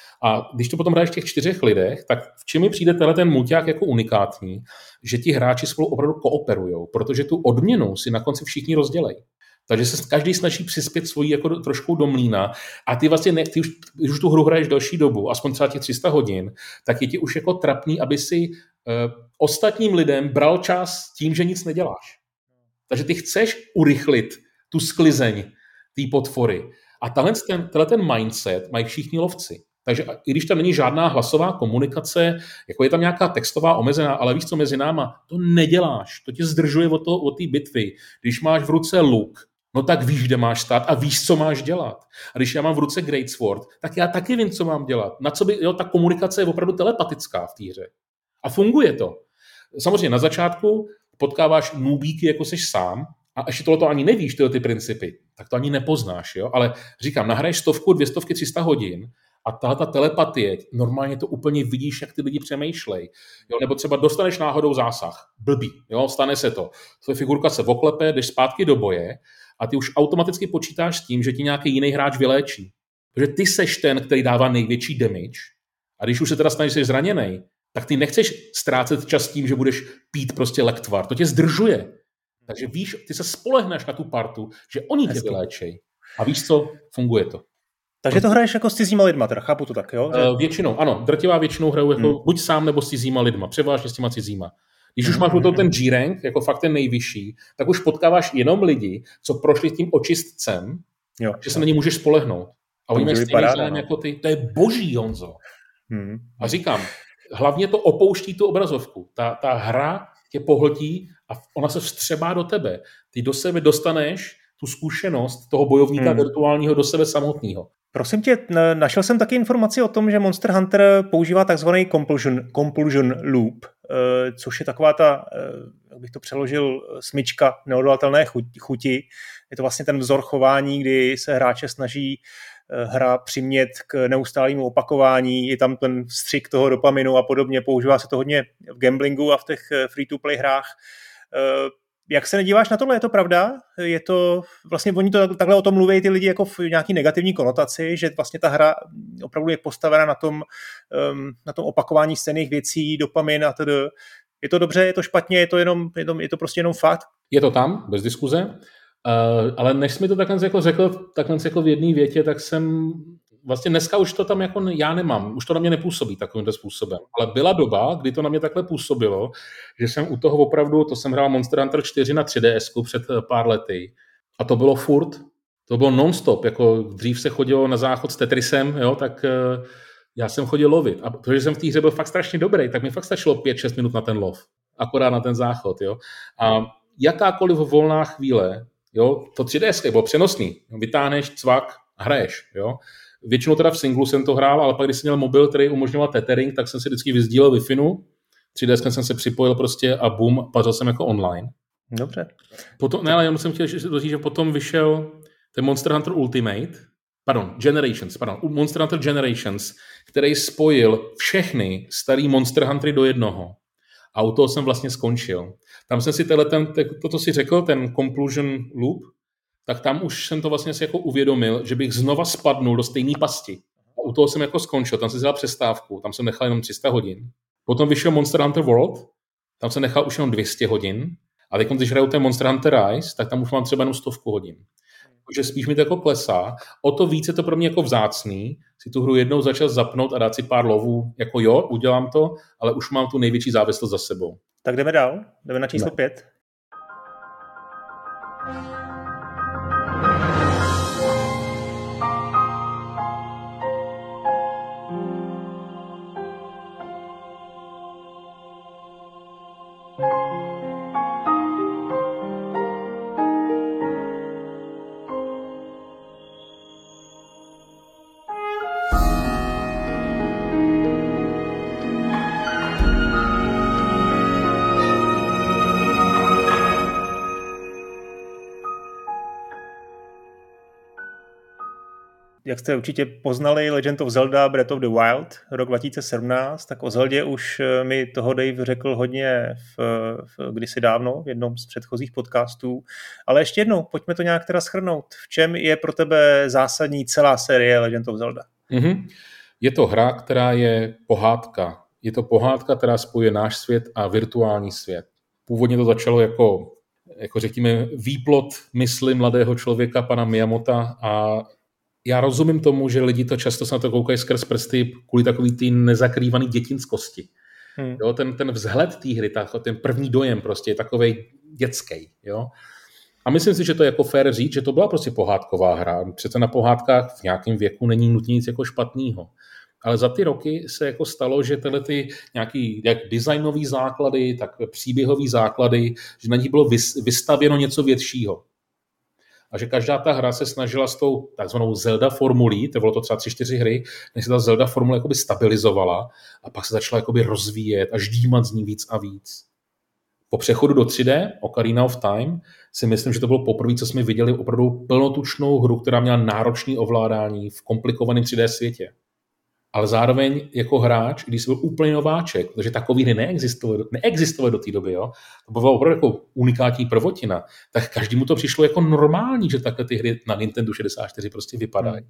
A když to potom hraješ v těch čtyřech lidech, tak v čem mi přijde tenhle ten mulťák jako unikátní, že ti hráči spolu opravdu kooperujou, protože tu odměnu si na konci všichni rozdělejí. Takže se každý snaží přispět svojí jako trošku do mlýna a ty vlastně, ne, ty už, když už tu hru hraješ další dobu, aspoň třeba těch tři sta hodin, tak je ti už jako trapný, aby si uh, ostatním lidem bral čas tím, že nic neděláš. Takže ty chceš urychlit tu sklizeň té potvory. A tenhle ten, tenhle ten mindset mají všichni lovci. Takže i když tam není žádná hlasová komunikace, jako je tam nějaká textová omezená, ale víš co, mezi náma, to neděláš. To tě zdržuje od, od té bitvy. Když máš v ruce luk, no tak víš, kde máš stát a víš, co máš dělat. A když já mám v ruce Greatsword, tak já taky vím, co mám dělat. Na co by, jo, ta komunikace je opravdu telepatická v té hře. A funguje to. Samozřejmě na začátku potkáváš nůbíky, jako seš sám, a ještě tohleto ani nevíš, tyhle ty principy, tak to ani nepoznáš. Jo? Ale říkám, nahraješ stovku, dvě stovky, tři sta hodin a tahle ta telepatie, normálně to úplně vidíš, jak ty lidi přemýšlej. Jo? Nebo třeba dostaneš náhodou zásah. Blbý. Jo? Stane se to. Tvoje figurka se oklepe, jdeš zpátky do boje a ty už automaticky počítáš s tím, že ti nějaký jiný hráč vyléčí. Protože ty seš ten, který dává největší damage. A když už se teda staneš, že jsi zraněnej, tak ty nechceš ztrácet čas tím, že budeš pít prostě lektvar. To tě zdržuje. Takže víš, ty se spolehneš na tu partu, že oni tě vyléčej. A víš co, funguje to. Takže to hraješ jako s cizíma lidma, teda chápu to tak, jo? Že... Většinou, ano. Drtivá většinou hraju jako hmm. buď sám, nebo s cizíma lidma. Převážně s těma cizíma. Když hmm. už máš hmm. ten G-rank, jako fakt ten nejvyšší, tak už potkáváš jenom lidi, co prošli tím očistcem, jo. že se na ně můžeš spolehnout. A oni mají stejný zájem jako ty. To je boží, Honzo. Hmm. A říkám, hlavně to opouští tu obrazovku. Ta, ta hra tě pohltí a ona se vstřebá do tebe. Ty do sebe dostaneš tu zkušenost toho bojovníka hmm. virtuálního do sebe samotného. Prosím tě, našel jsem taky informaci o tom, že Monster Hunter používá takzvaný compulsion, compulsion loop, což je taková ta, jak bych to přeložil, smyčka neodolatelné chuti. Je to vlastně ten vzor chování, kdy se hráče snaží hra přimět k neustálému opakování, je tam ten vstřik toho dopaminu a podobně, používá se to hodně v gamblingu a v těch free-to-play hrách. Jak se nedíváš na tohle, je to pravda? Je to, vlastně oni to takhle o tom mluví ty lidi jako v nějaký negativní konotaci, že vlastně ta hra opravdu je postavena na tom, na tom opakování stejných věcí, dopamin a tedy. Je to dobře, je to špatně, je to, jenom, je to, je to prostě jenom fakt? Je to tam, bez diskuze, uh, ale než jsi mi to takhle jako řekl, takhle jako v jedné větě, tak jsem vlastně dneska už to tam jako já nemám, už to na mě nepůsobí takovýmto způsobem. Ale byla doba, kdy to na mě takhle působilo, že jsem u toho opravdu, to jsem hrál Monster Hunter čtyři na tři D S ku před pár lety a to bylo furt, to bylo non-stop, jako dřív se chodilo na záchod s Tetrisem, jo, tak uh, já jsem chodil lovit a protože jsem v té hře byl fakt strašně dobrý, tak mi fakt stačilo pět šest minut na ten lov, akorát na ten záchod, jo. A jakákoliv volná chvíle, jo, to tři D S bylo přenosný, vytáhneš cvak a hraješ, jo. Většinou teda v singlu jsem to hrál, ale pak když jsem měl mobil, který umožňoval tethering, tak jsem si vždycky vyzdílel Wi-Fi, tři D S jsem se připojil prostě a bum, pařil jsem jako online. Dobře. Potom, ne, ale jenom jsem chtěl říct, že potom vyšel ten Monster Hunter Ultimate, pardon, Generations, pardon, Monster Hunter Generations, který spojil všechny starý Monster Huntery do jednoho. A u toho jsem vlastně skončil. Tam jsem si tenhle, ten, to, co si řekl, ten Conclusion Loop, tak tam už jsem to vlastně si jako uvědomil, že bych znova spadnul do stejné pasti. A u toho jsem jako skončil, tam jsem si dal přestávku, tam jsem nechal jenom tři sta hodin. Potom vyšel Monster Hunter World, tam jsem nechal už jenom dvě stě hodin. A teď, když hraju ten Monster Hunter Rise, tak tam už mám třeba jenom stovku hodin. Takže spíš mi to jako klesá. O to víc je to pro mě jako vzácný, si tu hru jednou začal zapnout a dát si pár lovů, jako jo, udělám to, ale už mám tu největší závislost za sebou. Tak jdeme dál, jdeme na číslo pět. Jak jste určitě poznali Legend of Zelda Breath of the Wild rok dva tisíce sedmnáct, tak o Zeldě už mi toho Dave řekl hodně v, v kdysi dávno, v jednom z předchozích podcastů. Ale ještě jednou, pojďme to nějak teda shrnout. V čem je pro tebe zásadní celá série Legend of Zelda? Mm-hmm. Je to hra, která je pohádka. Je to pohádka, která spojuje náš svět a virtuální svět. Původně to začalo jako, jako řekněme, výplod mysli mladého člověka, pana Miyamota, a já rozumím tomu, že lidi to často se na to koukají skrz prsty kvůli takový ty nezakrývaný dětinskosti. Hmm. Jo, ten, ten vzhled té hry, tak, ten první dojem prostě je takovej dětský. Jo? A myslím si, že to je jako fair říct, že to byla prostě pohádková hra. Přece na pohádkách v nějakém věku není nutně nic jako špatného. Ale za ty roky se jako stalo, že tyhle ty nějaký jak designový základy, tak příběhový základy, že na nich bylo vystavěno něco většího. A že každá ta hra se snažila s tou takzvanou Zelda formulí, to bylo to třeba tři čtyři hry, než se ta Zelda formule jakoby stabilizovala a pak se začala jakoby rozvíjet a ždímat z ní víc a víc. Po přechodu do tři dé, Ocarina of Time, si myslím, že to bylo poprvé, co jsme viděli opravdu plnotučnou hru, která měla náročné ovládání v komplikovaném tři dé světě. Ale zároveň jako hráč, když jsi byl úplně nováček, protože takový hry neexistovaly, neexistovaly do té doby, jo? To bylo opravdu jako unikátní prvotina, tak každému to přišlo jako normální, že takhle ty hry na Nintendo šedesát čtyři prostě vypadají.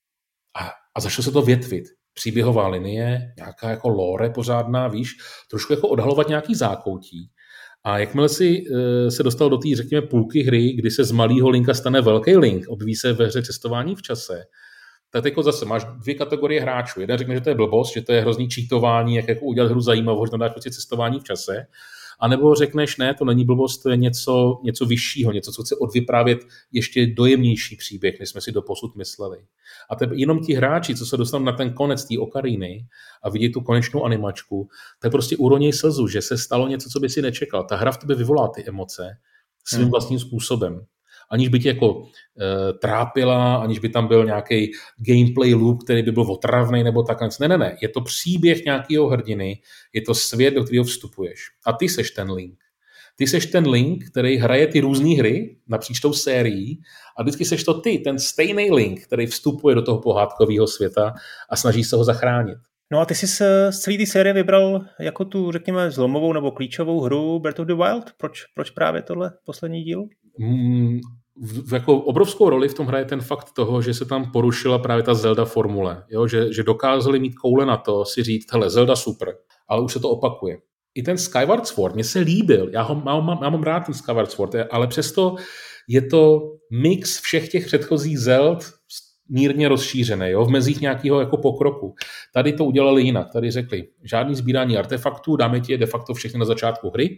A, a začalo se to větvit. Příběhová linie, nějaká jako lore pořádná, víš, trošku jako odhalovat nějaký zákoutí. A jakmile si e, se dostal do té, řekněme, půlky hry, kdy se z malého Linka stane velký Link, objeví se ve hře cestování v čase, tak jako zase máš dvě kategorie hráčů. Jeden řekne, že to je blbost, že to je hrozný cheatování, jak jako udělat hru zajímavou, že tam dáš prostě cestování v čase. A nebo řekneš, ne, to není blbost, to je něco, něco vyššího, něco, co chce odvyprávět ještě dojemnější příběh, než jsme si doposud mysleli. A te, jenom ti hráči, co se dostanou na ten konec té Ocariny a vidí tu konečnou animačku, tak prostě uroněj slzu, že se stalo něco, co by si nečekal. Ta hra v tebe vyvolá ty emoce svým hmm. vlastním způsobem. Aniž by tě jako e, trápila, aniž by tam byl nějaký gameplay loop, který by byl otravný nebo tak. Ne, ne, ne. Je to příběh nějakého hrdiny, je to svět, do kterého vstupuješ. A ty seš ten Link. ty seš ten Link, který hraje ty různé hry napříč tou sérií a vždycky seš to ty, ten stejný Link, který vstupuje do toho pohádkového světa a snaží se ho zachránit. No a ty jsi z celé té série vybral jako tu, řekněme, zlomovou nebo klíčovou hru Breath of the Wild? Proč, proč právě tohle poslední díl? Mm, v, jako obrovskou roli v tom hraje ten fakt toho, že se tam porušila právě ta Zelda formule. Jo? Že, že dokázali mít koule na to si říct, hele, Zelda super, ale už se to opakuje. I ten Skyward Sword, mně se líbil, já ho mám, mám, já mám rád ten Skyward Sword, ale přesto je to mix všech těch předchozích Zeld mírně rozšířené, jo, v mezích nějakého jako pokroku. Tady to udělali jinak, tady řekli, žádný sbírání artefaktů, dáme ti je de facto všechny na začátku hry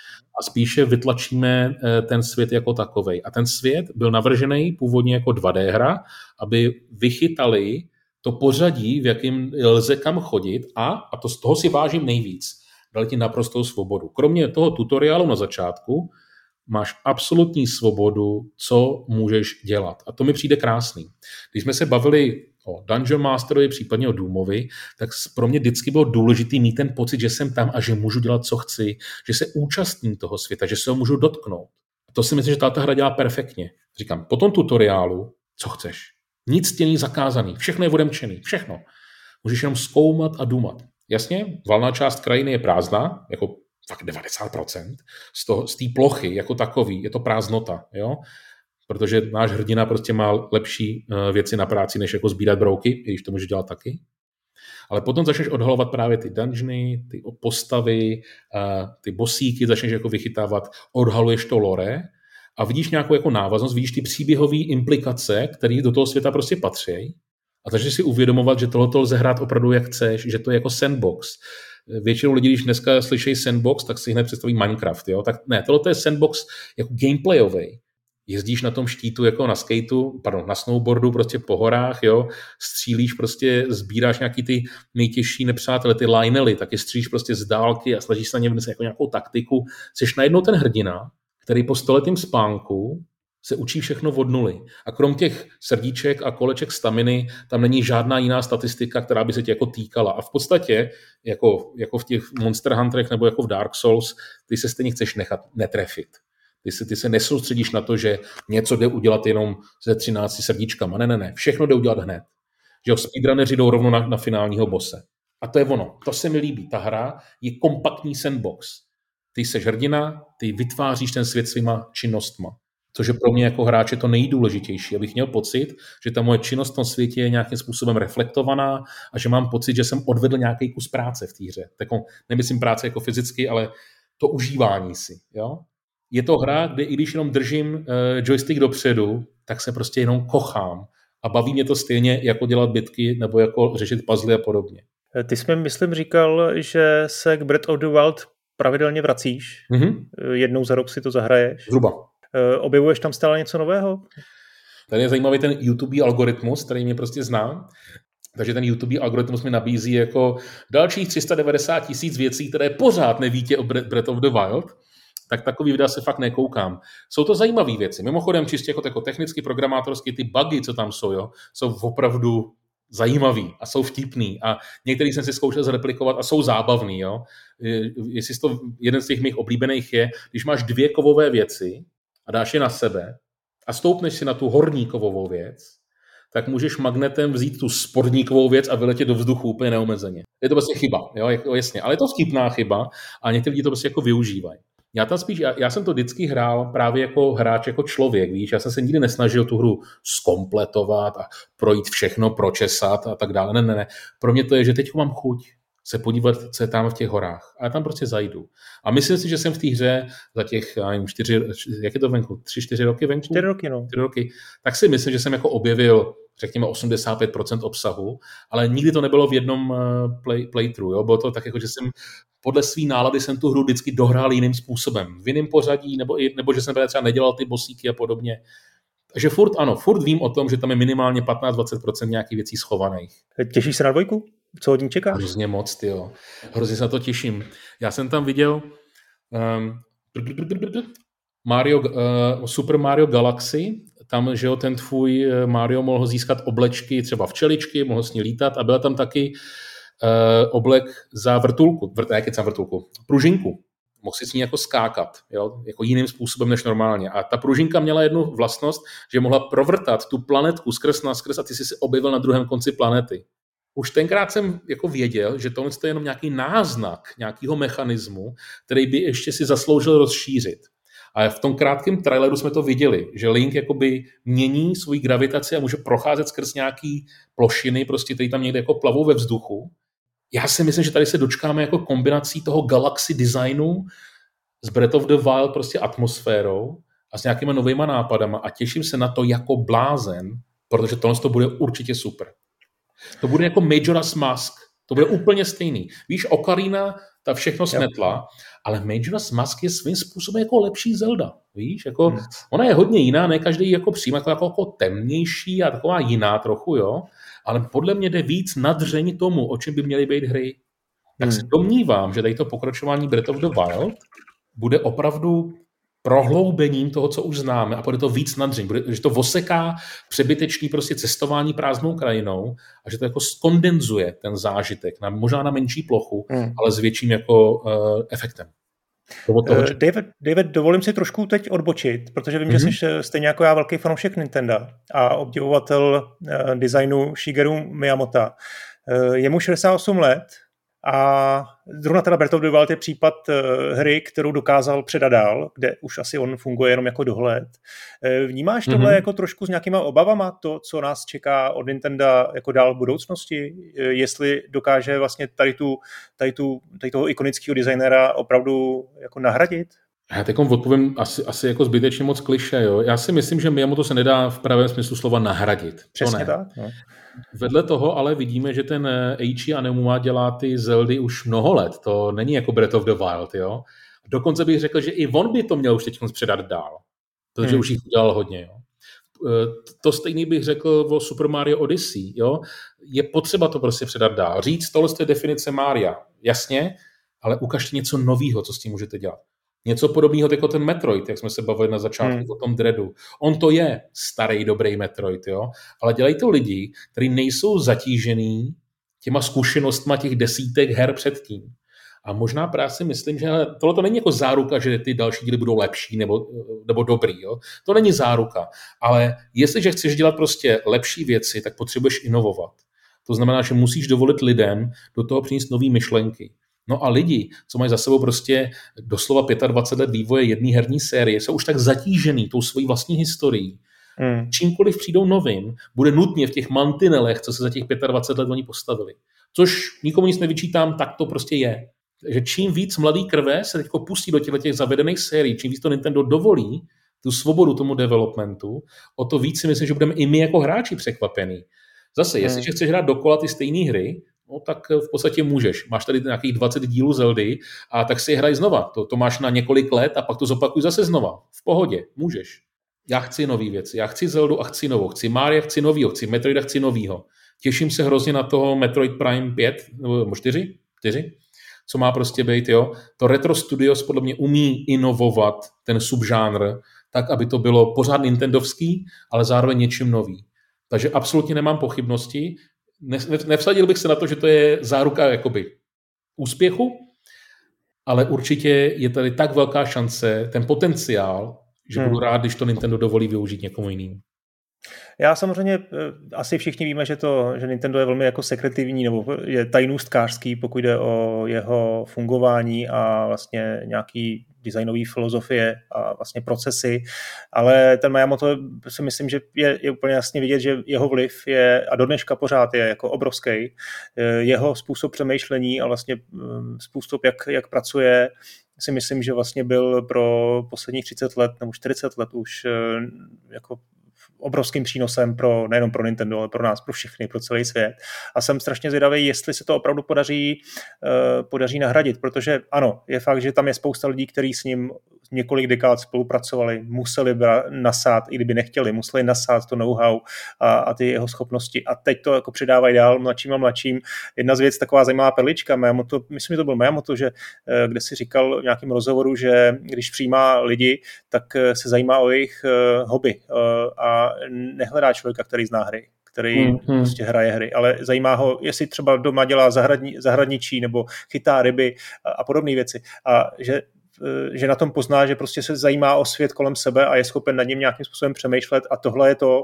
a spíše vytlačíme ten svět jako takovej. A ten svět byl navržený původně jako dva dé hra, aby vychytali to pořadí, v jakém lze kam chodit a, a to z toho si vážím nejvíc, dali ti naprostou svobodu. Kromě toho tutoriálu na začátku máš absolutní svobodu, co můžeš dělat. A to mi přijde krásný. Když jsme se bavili o Dungeon Masterovi, případně o Doomovi, tak pro mě vždycky bylo důležitý mít ten pocit, že jsem tam a že můžu dělat, co chci, že se účastním toho světa, že se ho můžu dotknout. A to si myslím, že ta hra dělá perfektně. Říkám, po tom tutoriálu, co chceš. Nic tě není zakázaný, všechno je odemčený, všechno. Můžeš jenom zkoumat a dumat. Jasně, valná část krajiny je prázdná, jako fakt devadesát procent z té plochy jako takový, je to prázdnota, jo? Protože náš hrdina prostě má lepší uh, věci na práci, než jako sbírat brouky, i když to může dělat taky. Ale potom začneš odhalovat právě ty dungeony, ty postavy, uh, ty bossíky, začneš jako vychytávat, odhaluješ to lore a vidíš nějakou jako návaznost, vidíš ty příběhové implikace, které do toho světa prostě patří a začneš si uvědomovat, že tohle lze hrát opravdu jak chceš, že to je jako sandbox. Většinou lidí, když dneska slyšejí sandbox, tak si hned představí Minecraft. Jo? Tak ne, tohle je sandbox jako gameplayový. Jezdíš na tom štítu jako na skateu, pardon, na snowboardu prostě po horách, jo? Střílíš prostě, sbíráš nějaký ty nejtěžší nepřátelé, ty linely, taky střílíš prostě z dálky a snažíš se na ně vnést jako nějakou taktiku. Jseš najednou ten hrdina, který po stoletým spánku se učí všechno od nuly. A krom těch srdíček a koleček staminy, tam není žádná jiná statistika, která by se tě jako týkala. A v podstatě, jako, jako v těch Monster Hunterech nebo jako v Dark Souls, ty se stejně chceš nechat netrefit. Ty se, ty se nesoustředíš na to, že něco jde udělat jenom ze třinácti srdíčkama. Ne, ne, ne. Všechno jde udělat hned. Že jo, speedrunneři jdou rovnou na, na finálního bose. A to je ono. To se mi líbí. Ta hra je kompaktní sandbox. Ty seš hrdina, ty vytváříš ten svět svýma činnostma. Což je pro mě jako hráče to nejdůležitější, abych měl pocit, že ta moje činnost v tom světě je nějakým způsobem reflektovaná a že mám pocit, že jsem odvedl nějaký kus práce v té hře. Tak nemyslím práce jako fyzicky, ale to užívání si. Jo? Je to hra, kde i když jenom držím uh, joystick dopředu, tak se prostě jenom kochám a baví mě to stejně jako dělat bitky nebo jako řešit puzzle a podobně. Ty jsi mi, myslím, říkal, že se k Breath of the Wild pravidelně vracíš. Mm-hmm. Jednou za rok si to zahraješ. Zhruba. Objevuješ tam stále něco nového? Tady je zajímavý ten YouTube algoritmus, který mě prostě znám. Takže ten YouTube algoritmus mi nabízí jako dalších tři sta devadesát tisíc věcí, které pořád nevíte o Breath of the Wild. Tak takový videa se fakt nekoukám. Jsou to zajímavé věci. Mimochodem čistě jako, jako technicky, programátorsky, ty bugy, co tam jsou, jo, jsou opravdu zajímavý a jsou vtipný. A některý jsem si zkoušel zreplikovat a jsou zábavný. Jo. Jestli to jeden z těch mých oblíbených je, když máš dvě kovové věci a dáš je na sebe a stoupneš si na tu horní kovovou věc, tak můžeš magnetem vzít tu spodní kovou věc a vyletět do vzduchu úplně neomezeně. Je to prostě chyba, jo, jasně, ale je to vtipná chyba a někteří lidi to prostě jako využívají. Já tam spíš, já, já jsem to vždycky hrál právě jako hráč, jako člověk, víš, já jsem se nikdy nesnažil tu hru zkompletovat a projít všechno, pročesat a tak dále, ne, ne, ne. Pro mě to je, že teď mám chuť se podívat, co je tam v těch horách. A já tam prostě zajdu. A myslím si, že jsem v té hře za těch, já nevím, čtyři, jak je to venku? Tři, čtyři roky venku? Čtyři roky, no. Čtyři roky. Tak si myslím, že jsem jako objevil, řekněme, osmdesát pět procent obsahu, ale nikdy to nebylo v jednom play, playthrough, jo. Bylo to tak, jako, že jsem podle svý nálady jsem tu hru vždycky dohrál jiným způsobem. V jiném pořadí, nebo, nebo že jsem třeba nedělal ty bosíky a podobně. Takže furt ano, furt vím o tom, že tam je minimálně patnáct až dvacet procent nějakých věcí schovaných. Těšíš se na dvojku? Co od ní čekáš? Hrozně moc, tyjo. Hrozně se na to těším. Já jsem tam viděl um, Mario, uh, Super Mario Galaxy, tam, že jo, ten tvůj Mario mohl získat oblečky třeba včeličky, mohl s ní lítat a byla tam taky uh, oblek za vrtulku, vrt, jak je tam vrtulku, pružinku. mohl si s ní jako skákat, jo? Jako jiným způsobem než normálně. A ta pružinka měla jednu vlastnost, že mohla provrtat tu planetku skrz na skrz a ty jsi se objevil na druhém konci planety. Už tenkrát jsem jako věděl, že tohle je jenom nějaký náznak nějakého mechanismu, který by ještě si zasloužil rozšířit. A v tom krátkém traileru jsme to viděli, že Link jakoby mění svoji gravitaci a může procházet skrz nějaký plošiny, prostě tady tam někde jako plavou ve vzduchu. Já si myslím, že tady se dočkáme jako kombinací toho galaxy designu s Breath of the Wild prostě atmosférou a s nějakýma novýma nápadama a těším se na to jako blázen, protože tohle to bude určitě super. To bude jako Majora's Mask, to bude úplně stejný. Víš, Ocarina ta všechno smetla, ale Majora's Mask je svým způsobem jako lepší Zelda, víš, jako hmm. ona je hodně jiná, ne každý jako přijímá jako, jako temnější a taková jiná trochu, jo, ale podle mě jde víc na dřeň tomu, o čem by měly být hry. Tak hmm. se domnívám, že tady to pokračování Breath of the Wild bude opravdu prohloubením toho, co už známe a bude to víc na dřeň, bude, že to oseká přebytečný prostě cestování prázdnou krajinou a že to jako skondenzuje ten zážitek na, možná na menší plochu, hmm. ale s větším jako uh, efektem. Toho, toho, uh, David, David, dovolím si trošku teď odbočit, protože vím, mm-hmm. že jsi stejně jako já velký fanoušek Nintendo a obdivovatel uh, designu Shigeru Miyamota. Uh, je mu šedesát osm let a zrovna teda Breath of the Wild je případ uh, hry, kterou dokázal předat dál, kde už asi on funguje jenom jako dohled. Uh, vnímáš tohle mm-hmm. jako trošku s nějakýma obavama, to, co nás čeká od Nintendo jako dál v budoucnosti? Uh, jestli dokáže vlastně tady, tu, tady, tu, tady toho ikonického designera opravdu jako nahradit? Já teď odpovím asi, asi jako zbytečně moc klišé. Jo? Já si myslím, že Miyamoto se nedá v pravém smyslu slova nahradit. Přesně tak. No. Vedle toho ale vidíme, že ten Eiichi Aonuma dělá ty Zeldy už mnoho let. To není jako Breath of the Wild. Jo? Dokonce bych řekl, že i on by to měl už teď předat dál. Protože hmm. už jich udělal hodně. Jo? To stejný bych řekl o Super Mario Odyssey. Jo? Je potřeba to prostě předat dál. Říct, tohle je definice Maria. Jasně, ale ukažte něco nového, co s tím můžete dělat. Něco podobného jako ten Metroid, jak jsme se bavili na začátku hmm. o tom Dreadu. On to je starý, dobrý Metroid, jo? Ale dělají to lidi, kteří nejsou zatížený těma zkušenostma těch desítek her předtím. A možná právě si myslím, že tohle to není jako záruka, že ty další díly budou lepší nebo, nebo dobrý. Jo? To není záruka. Ale jestliže chceš dělat prostě lepší věci, tak potřebuješ inovovat. To znamená, že musíš dovolit lidem do toho přinést nové myšlenky. No a lidi, co mají za sebou prostě doslova dvacet pět let vývoje jedné herní série, jsou už tak zatížený tou svojí vlastní historií. Hmm. Čímkoliv přijdou novým, bude nutně v těch mantinelech, co se za těch dvacet pět let oni postavili. Což nikomu nic nevyčítám, tak to prostě je. Takže čím víc mladý krve se teď pustí do těch zavedených sérií, čím víc to Nintendo dovolí, tu svobodu tomu developmentu, o to víc si myslím, že budeme i my jako hráči překvapení. Zase, hmm. jestliže chceš hrát dokola ty stejné hry, no tak v podstatě můžeš. Máš tady nějakých dvacet dílů Zeldy a tak si hraj znova. To, to máš na několik let a pak to zopakuj zase znova. V pohodě, můžeš. Já chci nový věci. Já chci Zeldu a chci novou. Chci Maria, chci novýho. Chci Metroida, chci novýho. Těším se hrozně na toho Metroid Prime pět nebo čtyři, čtyři, co má prostě být, jo. To Retro Studios podle mě umí inovovat ten subžánr tak, aby to bylo pořád nintendovský, ale zároveň něčím nový. Takže absolutně nemám pochybnosti. Nevsadil bych se na to, že to je záruka jakoby úspěchu, ale určitě je tady tak velká šance, ten potenciál, že hmm. budu rád, když to Nintendo dovolí využít někomu jinému. Já samozřejmě, asi všichni víme, že, to, že Nintendo je velmi jako sekretivní nebo je tajnůstkářský, pokud jde o jeho fungování a vlastně nějaký designový filozofie a vlastně procesy, ale ten Miyamoto si myslím, že je, je úplně jasně vidět, že jeho vliv je a do dneška pořád je jako obrovský. Jeho způsob přemýšlení a vlastně způsob, jak, jak pracuje, si myslím, že vlastně byl pro posledních třicet let nebo čtyřicet let už jako obrovským přínosem pro, nejenom pro Nintendo, ale pro nás, pro všechny, pro celý svět. A jsem strašně zvědavý, jestli se to opravdu podaří, uh, podaří nahradit, protože ano, je fakt, že tam je spousta lidí, kteří s ním několik dekád spolupracovali, museli nasát, i kdyby nechtěli, museli nasát to know-how a, a ty jeho schopnosti a teď to jako předávají dál mladším a mladším. Jedna z věc, taková zajímavá perlička, Miyamoto, myslím, že to byl Miyamoto, že, kde si říkal v nějakém rozhovoru, že když přijímá lidi, tak se zajímá o jejich uh, hobby uh, a nehledá člověka, který zná hry, který hmm, hmm. prostě hraje hry, ale zajímá ho, jestli třeba doma dělá zahradni, zahradničí nebo chytá ryby a, a podobné věci. A že že na tom pozná, že prostě se zajímá o svět kolem sebe a je schopen nad ním nějakým způsobem přemýšlet a tohle je to,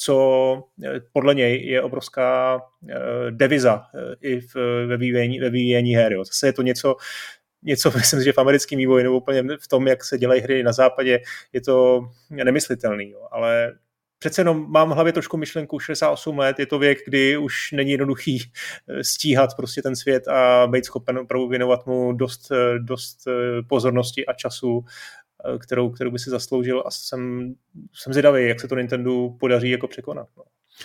co podle něj je obrovská deviza i ve vyvíjení, ve vyvíjení her. Jo. Zase je to něco, něco, myslím si, že v americkém vývoji nebo úplně v tom, jak se dělají hry na západě, je to nemyslitelný, jo. Ale přece jenom mám v hlavě trošku myšlenku šedesát osm let, je to věk, kdy už není jednoduchý stíhat prostě ten svět a být schopen opravdu věnovat mu dost, dost pozornosti a času, kterou, kterou by si zasloužil a jsem, jsem zvědavý, jak se to Nintendo podaří jako překonat. No.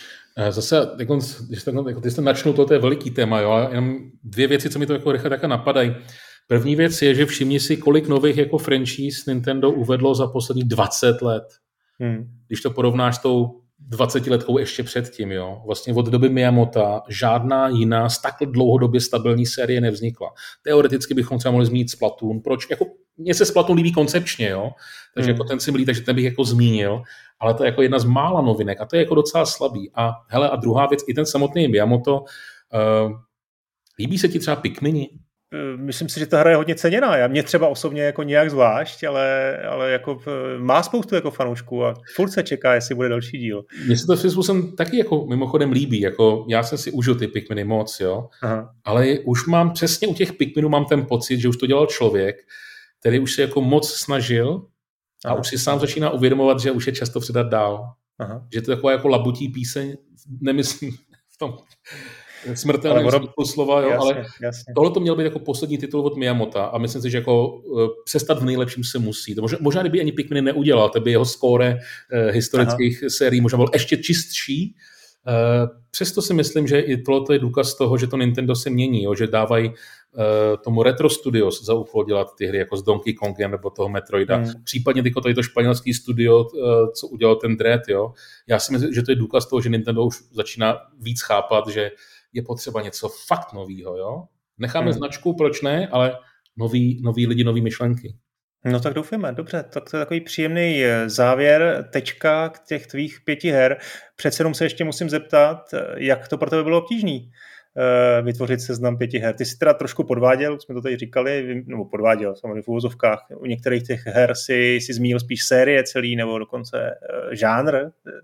Zase, jako, když tak, jako, ty jste načnul, to je veliký téma, jo, jenom dvě věci, co mi to jako rychle také napadají. První věc je, že všimni si, kolik nových jako franchise Nintendo uvedlo za posledních dvacet let. Hmm. Když to porovnáš s tou dvacetiletkou ještě předtím, jo. Vlastně od doby Miyamota žádná jiná z takhle dlouhodobě stabilní série nevznikla. Teoreticky bychom třeba mohli zmínit Splatoon. Proč? Jako, mně se Splatoon líbí koncepčně, jo. Takže hmm. jako ten si mi líbí, takže ten bych jako zmínil, ale to je jako jedna z mála novinek a to je jako docela slabý. A hele, a druhá věc, i ten samotný Miyamoto, uh, líbí se ti třeba Pikmini? Myslím si, že ta hra je hodně ceněná. Já mě třeba osobně jako nějak zvlášť, ale, ale jako má spoustu jako fanoušků a furt se čeká, jestli bude další díl. Mně se to svým způsobem taky jako mimochodem líbí. Jako já jsem si užil ty Pikminy moc, jo. Aha. Ale už mám přesně u těch Pikminů mám ten pocit, že už to dělal člověk, který už se jako moc snažil a Aha. už si sám začíná uvědomovat, že už je často předat dál. Aha. Že to je taková jako labutí píseň, nemyslím v tom smrtelný smyslu slova, jo, jasně, ale jasně. tohle to měl být jako poslední titul od Miyamota a myslím si, že jako uh, přestat v nejlepším se musí. To možná, možná kdyby ani Pikminy neudělal, to by jeho skóre uh, historických Aha. sérií možná byl ještě čistší. Uh, přesto si myslím, že i tohle je důkaz toho, že to Nintendo se mění, jo, že dávají uh, tomu Retro Studios za úkol dělat ty hry jako s Donkey Kongem nebo toho Metroida. Hmm. Případně tyko, to je to španělský studio, uh, co udělal ten Dread. Jo. Já si myslím, že to je důkaz toho, že Nintendo už začíná víc chápat, že je potřeba něco fakt novýho, jo? Necháme hmm. značku, proč ne, ale nový, nový lidi, nový myšlenky. No tak doufujeme, dobře, tak to je takový příjemný závěr, tečka k těch tvých pěti her. Přece jenom se ještě musím zeptat, jak to pro tebe bylo obtížný vytvořit seznam pěti her. Ty jsi teda trošku podváděl, jsme to tady říkali, nebo podváděl samozřejmě v úvozovkách. U některých těch her si, si zmínil spíš série celý, nebo dokonce uh, žánr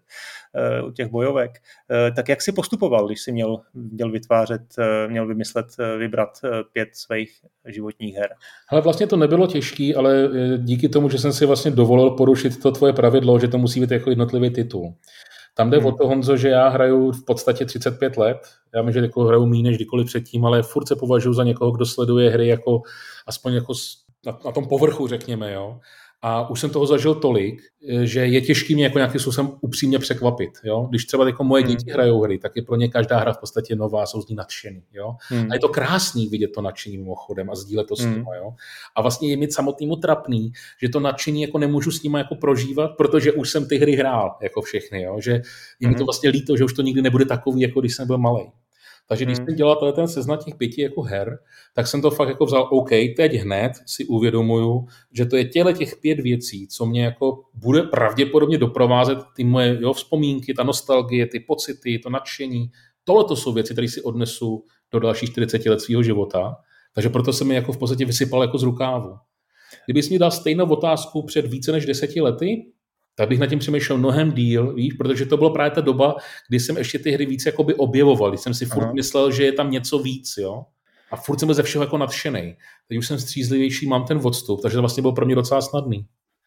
uh, u těch bojovek. Uh, tak jak jsi postupoval, když jsi měl, měl vytvářet, uh, měl vymyslet, uh, vybrat uh, pět svých životních her? Ale vlastně to nebylo těžký, ale díky tomu, že jsem si vlastně dovolil porušit to tvoje pravidlo, že to musí být jako jednotlivý titul. Tam jde hmm. o to, Honzo, že já hraju v podstatě třicet pět let. Já myslím, že jako hraju méně než kdykoliv předtím, ale furt se považuji za někoho, kdo sleduje hry jako aspoň jako na, na tom povrchu, řekněme, jo. A už jsem toho zažil tolik, že je těžký mě jako nějakým způsobem upřímně překvapit. Jo? Když třeba jako moje děti hmm. hrajou hry, tak je pro ně každá hra v podstatě nová, jsou z ní nadšený. Jo? Hmm. A je to krásný vidět to nadšení mimochodem a sdílet to s nimi. Hmm. Jo? A vlastně je mi samotnému trapný, že to nadšení jako nemůžu s nimi jako prožívat, protože už jsem ty hry hrál jako všechny. Jo? Že je mi to vlastně líto, že už to nikdy nebude takový, jako když jsem byl malej. Takže když jsem dělal ten seznam těch pěti jako her, tak jsem to fakt jako vzal, OK, teď hned si uvědomuju, že to je těle těch pět věcí, co mě jako bude pravděpodobně doprovázet ty moje jo, vzpomínky, ta nostalgie, ty pocity, to nadšení. Tohle to jsou věci, které si odnesu do dalších čtyřicet let svého života. Takže proto se mi jako v podstatě vysypal jako z rukávu. Kdybys mi dal stejnou otázku před více než deseti lety, tak bych nad tím přemýšlel mnohem díl, víš, protože to bylo právě ta doba, kdy jsem ještě ty hry víc jakoby objevoval, když jsem si furt Aha. myslel, že je tam něco víc, jo. A furt jsem byl ze všeho jako nadšenej. Teď už jsem střízlivější, mám ten odstup, takže to vlastně bylo pro mě docela snadný.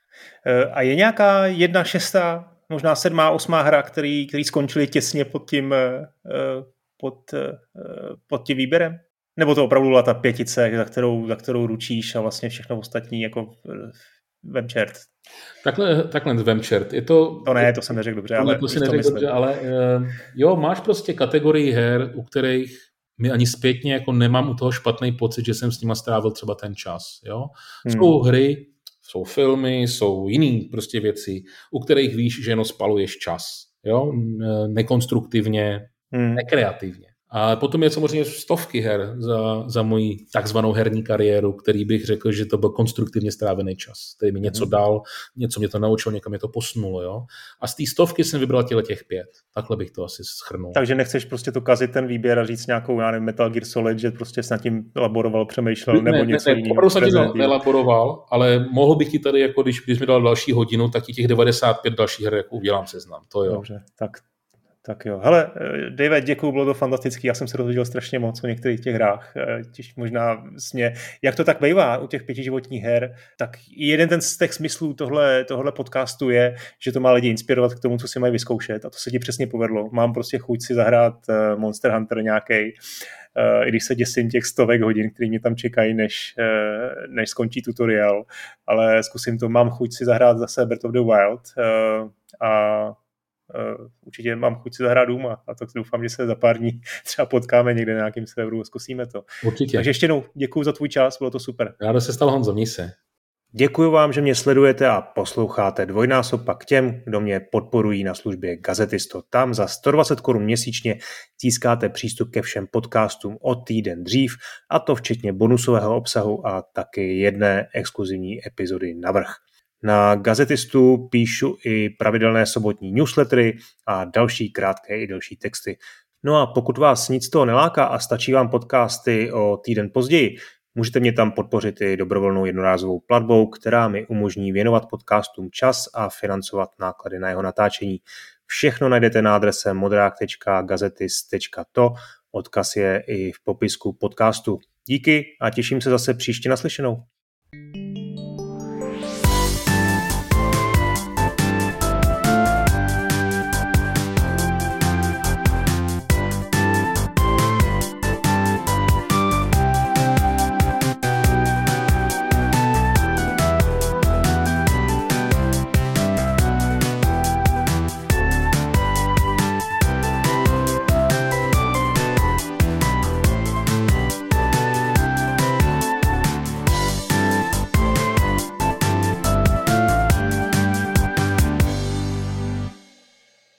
A je nějaká jedna šestá, možná sedmá, osmá hra, který, který skončili těsně pod tím, pod, pod tím výběrem? Nebo to opravdu byla ta pětice, za kterou, za kterou ručíš a vlastně všechno ostatní jako vemčert? Takhle, takhle vemčert. Je to, to ne, to jsem neřekl dobře, ale to si neřekl dobře, ale uh, jo, máš prostě kategorii her, u kterých mi ani zpětně jako nemám u toho špatný pocit, že jsem s nima strávil třeba ten čas. Jo? Hmm. Jsou hry, jsou filmy, jsou jiný prostě věci, u kterých víš, že jenom spaluješ čas. Jo? Nekonstruktivně, hmm. nekreativně. A potom je samozřejmě stovky her za, za moji takzvanou herní kariéru, který bych řekl, že to byl konstruktivně strávený čas. Který mi něco dal, něco mě to naučilo, někam mě to posunulo. Jo? A z té stovky jsem vybral těle těch pět. Takhle bych to asi shrnul. Takže nechceš prostě to kazit ten výběr a říct nějakou, já nevím, Metal Gear Solid, že prostě s nad tím laboroval, přemýšlel, ne, nebo ne, něco ne, jiného. Opravdu jsem tím nelaboroval, ale mohl bych ti tady, jako když, když mi dal další hodinu, tak i těch devadesát pět dalších her jako udělám seznam. To jo. Dobře, tak Tak jo. Hele, David, děkuju, bylo to fantastický. Já jsem se dozvěděl strašně moc o některých těch hrách. Těž možná smě, jak to tak bývá u těch pěti životních her, tak jeden ten z těch smyslů tohle, tohle podcastu je, že to má lidi inspirovat k tomu, co si mají vyzkoušet. A to se ti přesně povedlo. Mám prostě chuť si zahrát Monster Hunter nějakej, i když se děsím těch stovek hodin, který mě tam čekají, než, než skončí tutoriál. Ale zkusím to. Mám chuť si zahrát zase Breath of the Wild a Uh, určitě mám chuť si zahrát Doom a tak doufám, že se za pár dní třeba potkáme někde na nějakém serveru a zkusíme to. Určitě. Takže ještě jednou děkuju za tvůj čas, bylo to super. Ráda se stal, Honzo, měj se. Děkuju vám, že mě sledujete a posloucháte dvojnásob pak těm, kdo mě podporují na službě Gazetisto. Tam za sto dvacet korun měsíčně získáte přístup ke všem podcastům o týden dřív, a to včetně bonusového obsahu a taky jedné exkluzivní epizody navrch. Na Gazetistu píšu i pravidelné sobotní newslettery a další krátké i delší texty. No a pokud vás nic z toho neláká a stačí vám podcasty o týden později, můžete mě tam podpořit i dobrovolnou jednorázovou platbou, která mi umožní věnovat podcastům čas a financovat náklady na jeho natáčení. Všechno najdete na adrese modrák tečka gazetis tečka to, odkaz je i v popisku podcastu. Díky a těším se zase příště naslyšenou.